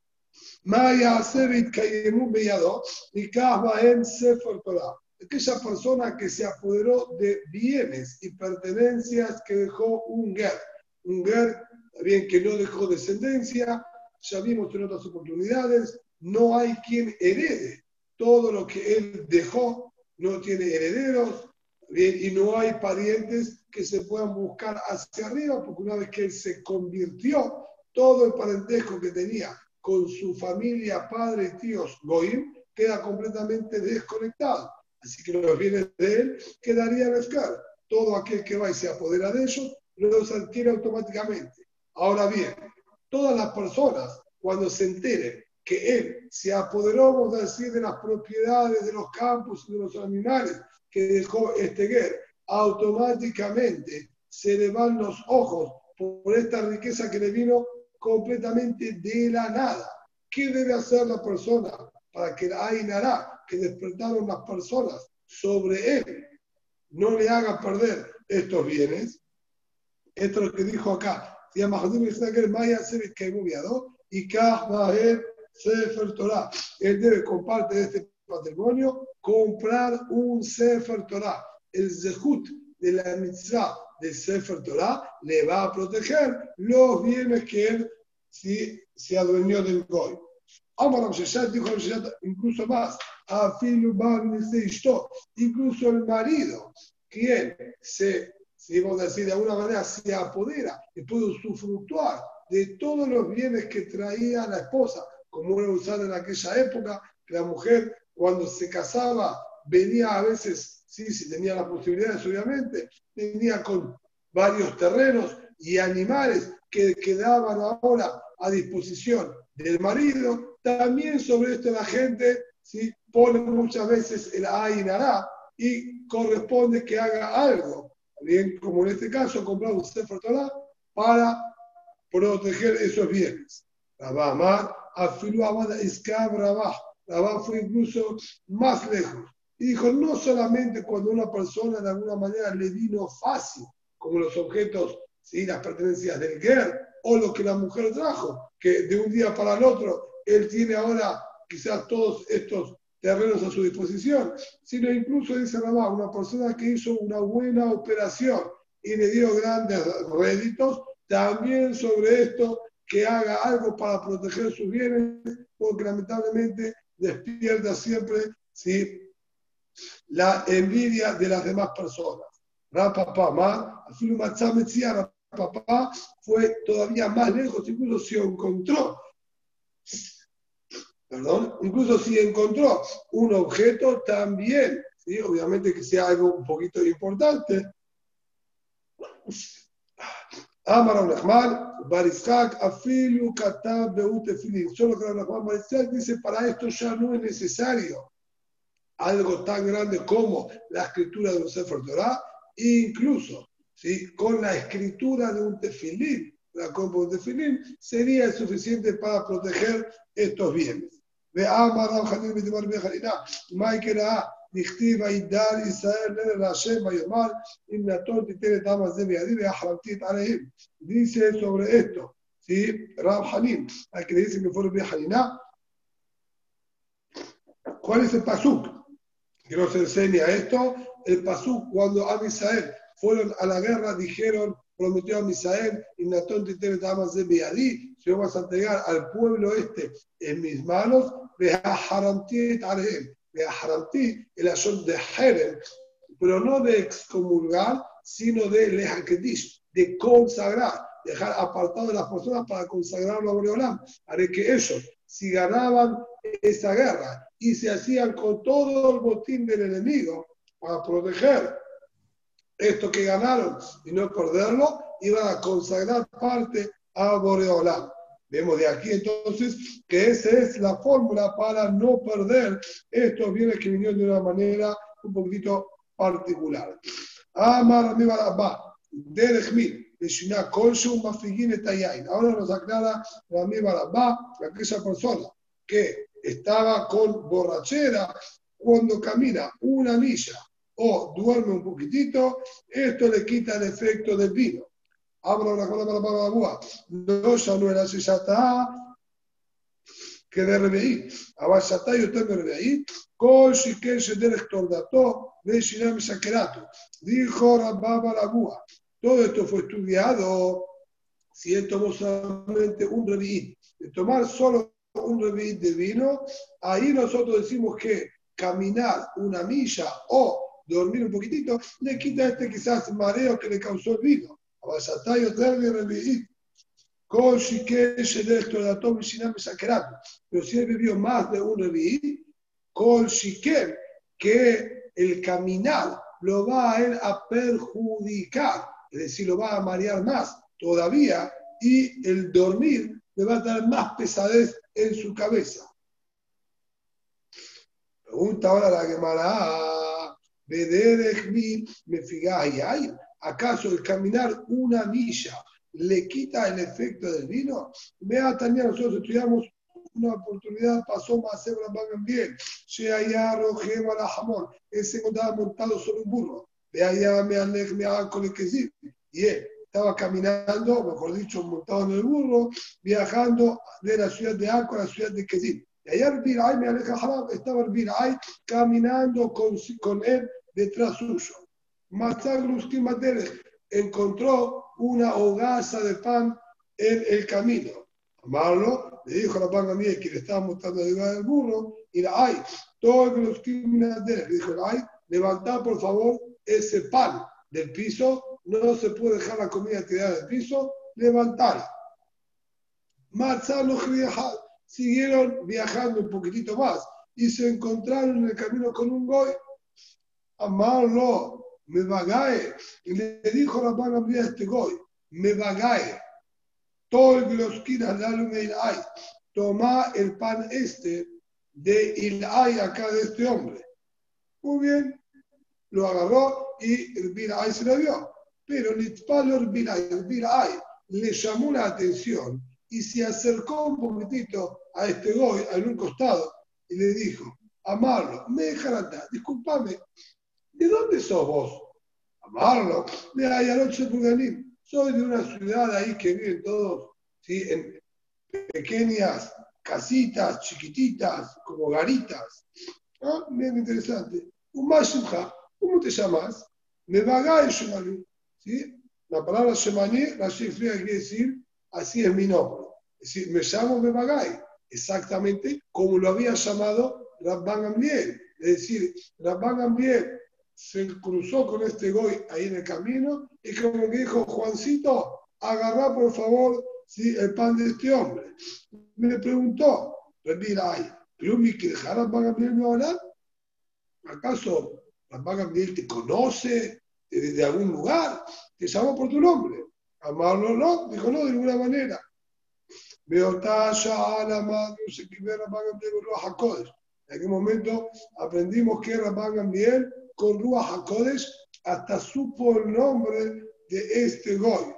Maya Sevit Kayemu Beyado y Kahbaem Sefer Torah. Aquella persona que se apoderó de bienes y pertenencias que dejó un ger, bien que no dejó descendencia, ya vimos en otras oportunidades, no hay quien herede todo lo que él dejó, no tiene herederos, bien, y no hay parientes que se puedan buscar hacia arriba, porque una vez que él se convirtió, todo el parentesco que tenía con su familia, padre y tíos Goim, queda completamente desconectado. Así que los bienes de él quedarían escar. Todo aquel que va y se apodera de ellos, los adquiere automáticamente. Ahora bien, todas las personas, cuando se enteren que él se apoderó, vamos a decir, de las propiedades, de los campos y de los animales que dejó este ger, automáticamente se le van los ojos por esta riqueza que le vino completamente de la nada. ¿Qué debe hacer la persona para que la Ainará, que despertaron las personas sobre él, no le haga perder estos bienes? Esto es lo que dijo acá. Se llama Maya Sevit Kaimubiado y Kahbaer Sefer Torah. Él debe, con parte de este patrimonio, comprar un Sefer Torah. El Zehut de la mitzvah del Sefer Torah le va a proteger los bienes que él se adueñó del Goy. Amar Sheshat dijo incluso más, incluso el marido, quien se si vamos a decir de alguna manera, se apodera y puede usufructuar de todos los bienes que traía la esposa, como era usado en aquella época, que la mujer cuando se casaba venía a veces, sí, si tenía las posibilidades obviamente, venía con varios terrenos y animales que quedaban ahora a disposición del marido. También sobre esto la gente, ¿sí?, pone muchas veces el Ain Hará y corresponde que haga algo, bien como en este caso comprar un Sefer Torah para proteger esos bienes. Rabá Amar, Afilu Abada Iskab Rabá. Rabá fue incluso más lejos. Y dijo, no solamente cuando una persona de alguna manera le vino fácil, como los objetos, ¿sí?, las pertenencias del Ger, o lo que la mujer trajo, que de un día para el otro, él tiene ahora quizás todos estos terrenos a su disposición, sino incluso, dice Rabá, una persona que hizo una buena operación y le dio grandes réditos, también sobre esto que haga algo para proteger sus bienes, porque lamentablemente despierta siempre, ¿sí?, la envidia de las demás personas. Rapapá, Rapapá fue todavía más lejos, incluso si encontró un objeto también, ¿sí?, obviamente que sea algo un poquito importante. Amar Abnachman, Bariskak, Afilu, Katab, Beutefilin. Solo que Abnachman Bariskak dice, para esto ya no es necesario algo tan grande como la escritura de un Sefer Torah, incluso, ¿sí?, con la escritura de un tefilín, la compra de un tefilín, sería suficiente para proteger estos bienes. De Amar Abhanim Bidimar Bejarina, Maikera, נכתיב וידע ישראל ליל השם ויאמר אם נתון תיתן את העם הזה בידי והחרמתי את עליהם. Dice sobre esto, ¿sí?, Rab Hanim, al que le dicen que fue Rabbi Hanina. ¿Cuál es el pasuk que nos enseña esto? El pasuk, cuando a Misael fueron a la guerra, dijeron, prometió a Misael, y Natón Titere Tamas de Beadí, si vas a entregar al pueblo este en mis manos, Beharamti Tarehem, Beharamti, el azón de Jerem, pero no de excomulgar, sino de Lehakedish, de consagrar, dejar apartado a las personas para consagrarlo a Boreolam. Haré que ellos, si ganaban esa guerra y se hacían con todo el botín del enemigo para proteger esto que ganaron y no perderlo, iban a consagrar parte a Boreolam. Vemos de aquí entonces que esa es la fórmula para no perder estos bienes que vinieron de una manera un poquito particular. Amar mi barabá, derechmi, Beshina Kolshu Mafigin Etayain. Ahora nos aclara Rami Barabá, aquella persona que estaba con borrachera cuando camina una milla o duerme un poquitito, esto le quita el efecto del vino. Abra una cosa para Barabá. No, ya no era así, ya está. Que de reveí. Ahora ya está, yo estoy de reveí. Con Shikel Shederech Tordato, Beshina Misakerato. Dijo Rabba Barabá. Todo esto fue estudiado si él tomó solamente un revi'it. De tomar solo un revi'it de vino, ahí nosotros decimos que caminar una milla o dormir un poquitito le quita quizás mareo que le causó el vino. Ahora ya está, yo traigo revi'it. Con Shikel Shederech Tordato Beshina Misakerato. Pero si él bebió más de un revi'it, con Shikel, que el caminar lo va a él a perjudicar. Es decir, lo va a marear más todavía y el dormir le va a dar más pesadez en su cabeza. Pregunta ahora la Gemara, ¿acaso el caminar una milla le quita el efecto del vino? Vea, también nosotros estudiamos una oportunidad, pasó más a bien, él se encontraba montado sobre un burro. Y él estaba caminando, mejor dicho, montado en el burro, viajando de la ciudad de Akko a la ciudad de Kezib. Y allá estaba el Birai caminando con él detrás suyo. Encontró una hogaza de pan en el camino. Amarlo, le dijo a la pan a mí que le estaba montando detrás del burro, y todos los criminales, le dijo, levantá por favor ese pan del piso, no se puede dejar la comida tirada en el piso, levantarla. Marzano siguieron viajando un poquitito más y se encontraron en el camino con un goy. Amarlo, me bagae. Y le dijo Rabban Gamliel a este goy, me bagae. Todo el que los quiera darle de Ilay. Toma el pan de Ilay acá de este hombre. Muy bien, lo agarró y el Bilay se lo dio. Pero el Bilay le llamó la atención y se acercó un poquitito a este goy en un costado y le dijo, Amarlo, me dejará, discúlpame, ¿de dónde sos vos? Amarlo, de Ayalot Shepuganim, soy de una ciudad ahí que viven todos, ¿sí? En pequeñas casitas, chiquititas, como garitas. ¿Ah? Bien interesante. Un Mashimja, ¿cómo te llamas? Me bagay Shemani. ¿Sí? La palabra Shemani, la Shefria quiere decir, así es mi nombre. Es decir, me llamo Mebagay, exactamente como lo había llamado Rabban Gamliel. Es decir, Rabban Gamliel se cruzó con este goy ahí en el camino y como que dijo, Juancito, agarrá por favor, ¿sí?, el pan de este hombre. Me preguntó, Rabbi, ¿pero mi que dejar Rabban Gamliel no hablar? ¿Acaso Rabban Gamliel te conoce de algún lugar? ¿Te llamó por tu nombre? Amarlo no, dijo no, de ninguna manera. En aquel momento aprendimos que Rabban Gamliel con Ruach HaKodesh hasta supo el nombre de este goy.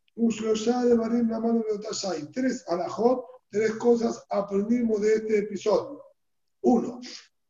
Tres alajot, tres cosas aprendimos de este episodio. Uno,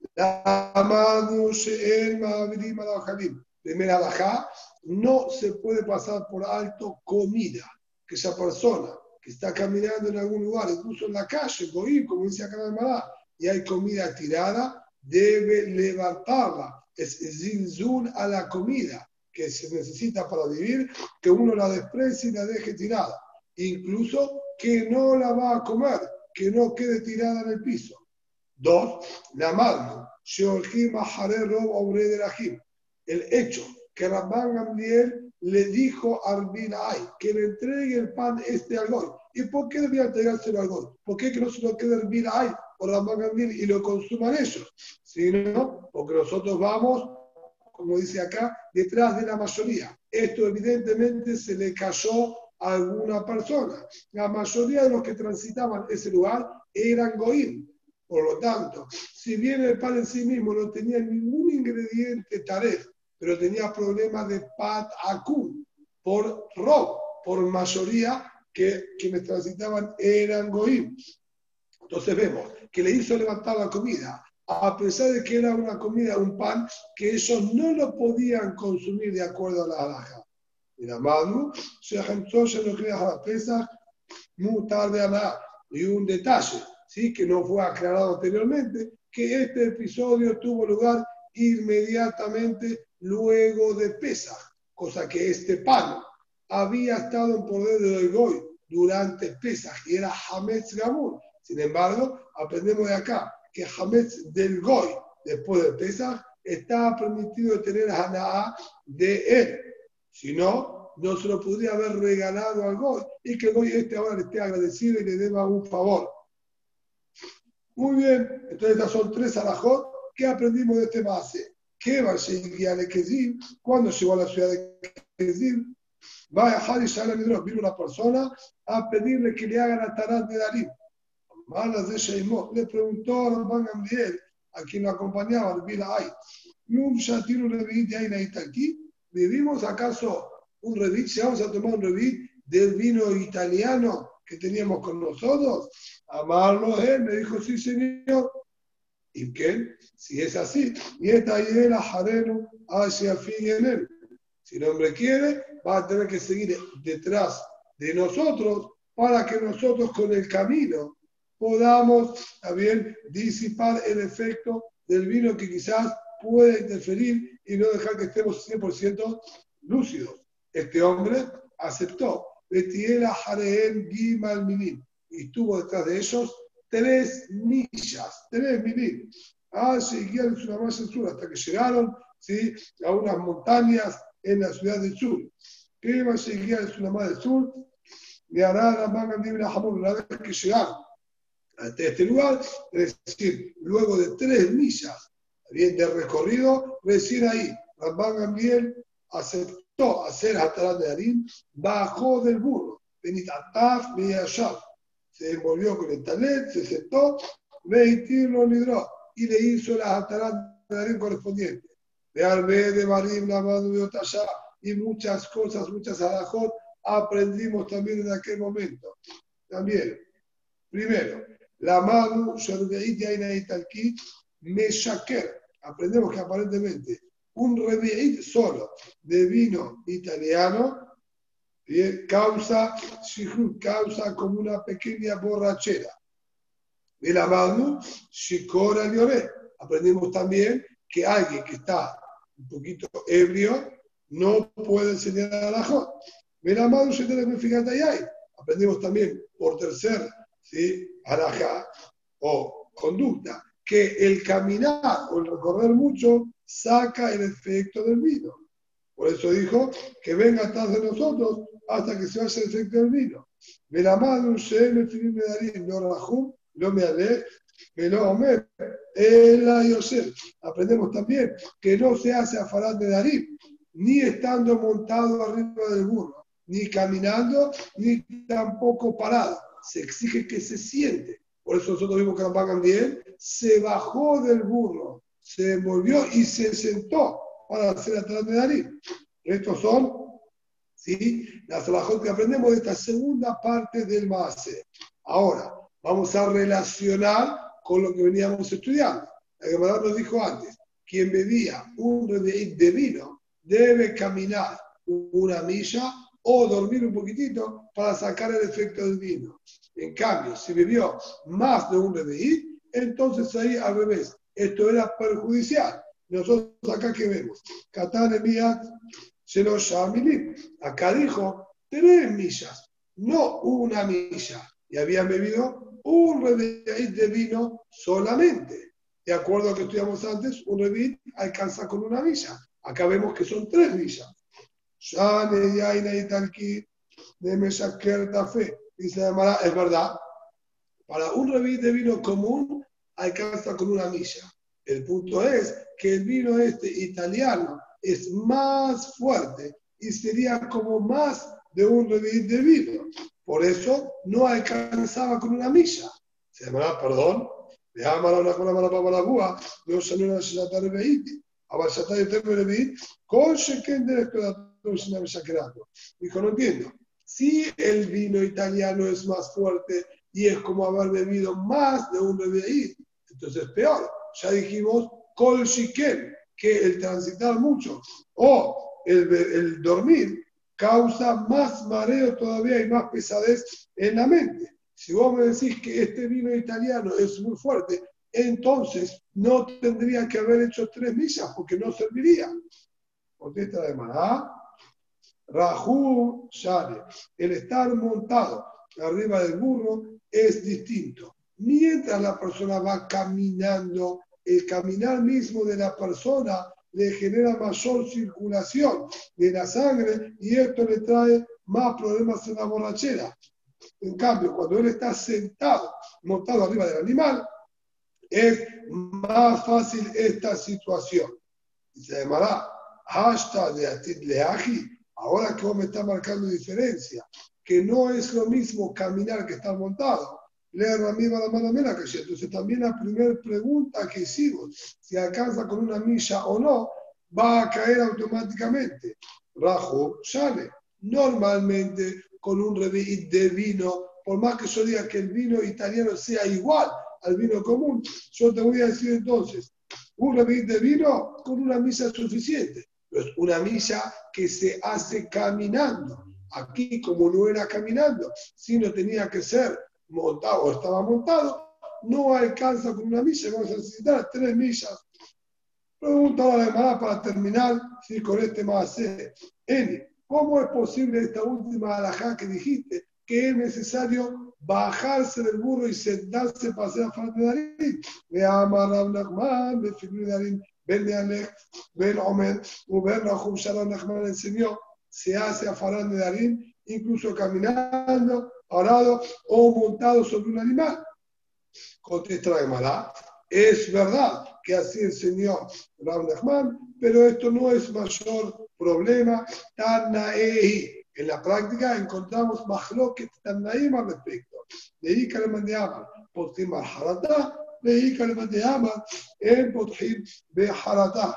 primera alajá, no se puede pasar por alto comida. Que esa persona que está caminando en algún lugar, incluso en la calle, goí, como dice acá en el Mará, y hay comida tirada, debe levantarla. Es zinzun a la comida que se necesita para vivir, que uno la desprecie y la deje tirada. Incluso que no la va a comer, que no quede tirada en el piso. Dos, la madre, el hecho que Rabban Gamliel le dijo a Bilay que le entregue el pan al goy. ¿Y por qué debía entregárselo al goy? ¿Por qué que no se lo quede Bilay o Rabban Gamliel y lo consuman ellos? Sino porque nosotros vamos, como dice acá, detrás de la mayoría. Esto evidentemente se le cayó a alguna persona. La mayoría de los que transitaban ese lugar eran goim. Por lo tanto, si bien el pan en sí mismo no tenía ningún ingrediente taref, pero tenía problemas de pat akun, por rob, por mayoría que quienes transitaban eran goim. Entonces vemos que le hizo levantar la comida, a pesar de que era una comida, un pan, que ellos no lo podían consumir de acuerdo a la halajá. Mira, Manu, entonces no quería la pesa, muy tarde a nada. Y un detalle, ¿sí?, que no fue aclarado anteriormente, que este episodio tuvo lugar inmediatamente luego de Pesaj, cosa que este pan había estado en poder de Goy durante Pesaj y era Hametz Gamur. Sin embargo, aprendemos de acá que Hametz del Goy, después de Pesaj, está permitido tener Hana'á de él. Si no, no se lo podría haber regalado al Goy y que el Goy ahora le esté agradecido y le deba un favor. Muy bien, entonces estas son tres alajot que aprendimos de este base. ¿Qué va a llegar a Kezim? Cuando llegó a la ciudad de Kezim, va a dejar y sale vino una persona a pedirle que le hagan a Tarat de Darim. Malas de Sheimot, le preguntó a Rabban Gamliel, a quien lo acompañaba, el Bilay, ¿Num Shatir un revit de Aina Italki? ¿Vivimos acaso un revit? ¿Si vamos a tomar un revit del vino italiano que teníamos con nosotros? Amarlo él, me dijo, sí, señor. ¿Y qué? Si es así, y esta idea Jareno hacia fin en él. Si el hombre quiere, va a tener que seguir detrás de nosotros para que nosotros con el camino podamos también disipar el efecto del vino que quizás puede interferir y no dejar que estemos 100% lúcidos. Este hombre aceptó. Betiela Jareen Gimal Milim. Y estuvo detrás de ellos 3 millas, 3 milín. Seguían una más al sur hasta que llegaron, ¿sí?, a unas montañas en la ciudad del sur. que va a llegar es una madre sur, le hará la manga de una jamón una vez que llegaron hasta este lugar, es decir, luego de 3 millas bien, de recorrido, recién ahí, Rabban Gamliel aceptó hacer Hatarat Nedarim, bajó del burro, Benitataf Meyashab, se envolvió con el talet, se sentó, Veitirlo Nidro, y le hizo la Hatarat Nedarim correspondiente. De Arbe, de Marim, Lamadu de Otashá, y muchas cosas, muchas alajot, aprendimos también en aquel momento. También, primero, la Manu, Sherveit Yaina Italki, Meshaker. Aprendemos que aparentemente un revi'it solo de vino italiano causa como una pequeña borrachera. De la Manu, Shikora Lloré. Aprendimos también que alguien que está un poquito ebrio no puede enseñar a la Jot. De la Manu, aprendimos también por tercer, ¿sí? Alajá o conducta, que el caminar o el recorrer mucho saca el efecto del vino. Por eso dijo que venga atrás de nosotros hasta que se vaya el efecto del vino. Me la mano, no rajum, no me ale, me lo omer, el Yosef. Aprendemos también que no se hace afarat de Darim, ni estando montado arriba del burro, ni caminando, ni tampoco parado. Se exige que se siente. Por eso nosotros vimos que Rabban Gamliel se bajó del burro, se envolvió y se sentó para hacer Hatarat Nedarim. Estos son, ¿sí?, las alajot que aprendemos de esta segunda parte del Maaseh. Ahora, vamos a relacionar con lo que veníamos estudiando. La Gemara nos dijo antes, quien bebía un revi'it de vino debe caminar 1 milla o dormir un poquitito para sacar el efecto del vino. En cambio, si bebió más de un revi'it, entonces ahí al revés. Esto era perjudicial. Nosotros acá que vemos, Katán Emiat, Sheloshamilim. Acá dijo 3 millas, no 1 milla. Y habían bebido un revi'it de vino solamente. De acuerdo a lo que estudiamos antes, un revi'it alcanza con 1 milla. Acá vemos que son 3 millas. Shane Yaina Italki de Meshaker Tafé. Dice Amara, es verdad, para un revi'it de vino común alcanza con 1 milla. El punto es que el vino italiano es más fuerte y sería como más de un revi'it de vino. Por eso no alcanzaba con 1 milla. Se llamará, perdón, le llamará una cosa para la búa, no se no se trata de revi'it. Ahora se trata de revi'it con Sheken de dijo, no entiendo. Si el vino italiano es más fuerte y es como haber bebido más de un revi'it, entonces peor. Ya dijimos, Kol Shiken, que el transitar mucho o el dormir causa más mareo todavía y más pesadez en la mente. Si vos me decís que este vino italiano es muy fuerte, entonces no tendría que haber hecho 3 millas porque no serviría. Contesta de Mará. Rajú Shale, el estar montado arriba del burro es distinto. Mientras la persona va caminando, el caminar mismo de la persona le genera mayor circulación de la sangre y esto le trae más problemas en la borrachera. En cambio, cuando él está sentado, montado arriba del animal, es más fácil esta situación. Y se llamará hashtag de Atid Leaji. Ahora que vos me estás marcando diferencia, que no es lo mismo caminar que estar montado. Leer la misma la mano mera que yo. Entonces también la primera pregunta que hicimos, si alcanza con 1 milla o no, va a caer automáticamente. Rajo sale. Normalmente con un revi'it de vino, por más que yo diga que el vino italiano sea igual al vino común, yo te voy a decir entonces, un revi'it de vino con 1 milla es suficiente. Pero es 1 milla que se hace caminando. Aquí, como no era caminando, sino tenía que ser montado o estaba montado, no alcanza con 1 milla, vamos a necesitar 3 millas. Pregunta además para terminar, ¿sí?, con este Maaseh. Eni, ¿cómo es posible esta última alajá que dijiste, que es necesario bajarse del burro y sentarse para hacer Hatarat Nedarim? Me ama Rav Nachman, me figura Darim, Ben Nealech, Ben Omer, Ben Rahum Shalom Nachman enseñó se hace a Farán de Darín, incluso caminando, parado o montado sobre un animal. Contesta la Gemara, es verdad que así enseñó Rav Nachman, pero esto no es mayor problema. Tanaei. En la práctica encontramos mahloket Tanaim al respecto. Dedica el mandeama, Potjim al Haratá, dedica el mandeama en Potjim de Haratá.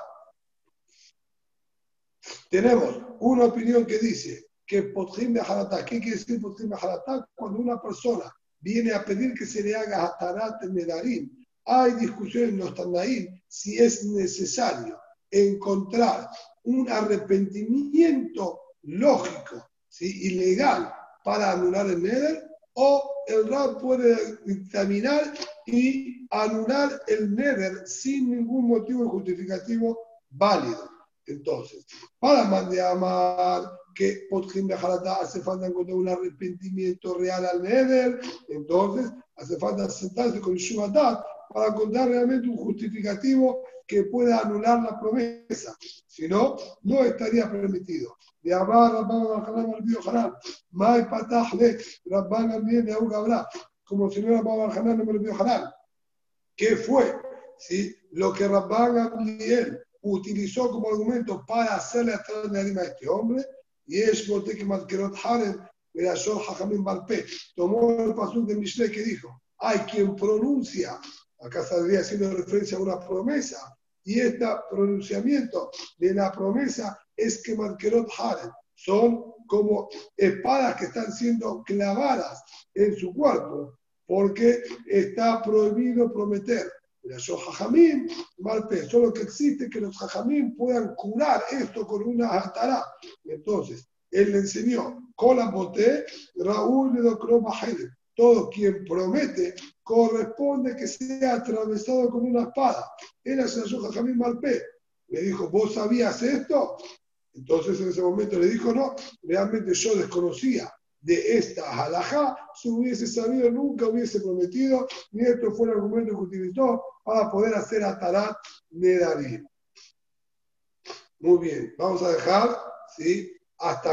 Tenemos una opinión que dice que Potjim de Haratá, ¿qué quiere decir Potjim de Haratá? Cuando una persona viene a pedir que se le haga Hatarat Nedarim, hay discusión en los Tanaim si es necesario encontrar un arrepentimiento lógico, ¿sí? Y legal para anular el Neder, o el Rab puede dictaminar y anular el Neder sin ningún motivo justificativo válido. Entonces, para mandeamar que Potjim de Haratá hace falta encontrar un arrepentimiento real al Neder, entonces hace falta sentarse con Shubatat para encontrar realmente un justificativo que pueda anular la promesa. Si no, no estaría permitido. De Amar, Rabban Barjanán, Marbido Hanan, Mai Patajle, Rabban Amien, Aú Gabra, como si no era Rabban Barjanán, no me olvidó Hanan. ¿Qué fue? ¿Sí? Lo que Rabban Amien utilizó como argumento para hacerle atrás de a este hombre, y es que Malkerot Haren, Berashor Hajamim Balpe, tomó el pasuk de Mishlei que dijo, hay quien pronuncia, acá estaría haciendo referencia a una promesa, y este pronunciamiento de la promesa es que Malkerot Haren, son como espadas que están siendo clavadas en su cuerpo, porque está prohibido prometer. Yo Jajamín, Malpe, solo que existe que los Jajamín puedan curar esto con una Hatará. Entonces, él le enseñó, Colaboté, Raúl de Cromajel. Todo quien promete corresponde que sea atravesado con una espada. Él hace yo Jajamín Malpe. Le dijo, ¿vos sabías esto? Entonces en ese momento le dijo, no, realmente yo desconocía de esta halajá, si hubiese sabido nunca hubiese prometido, y esto fue el argumento que utilizó para poder hacer Atarat Nedarim. Muy bien, vamos a dejar, ¿sí? Hasta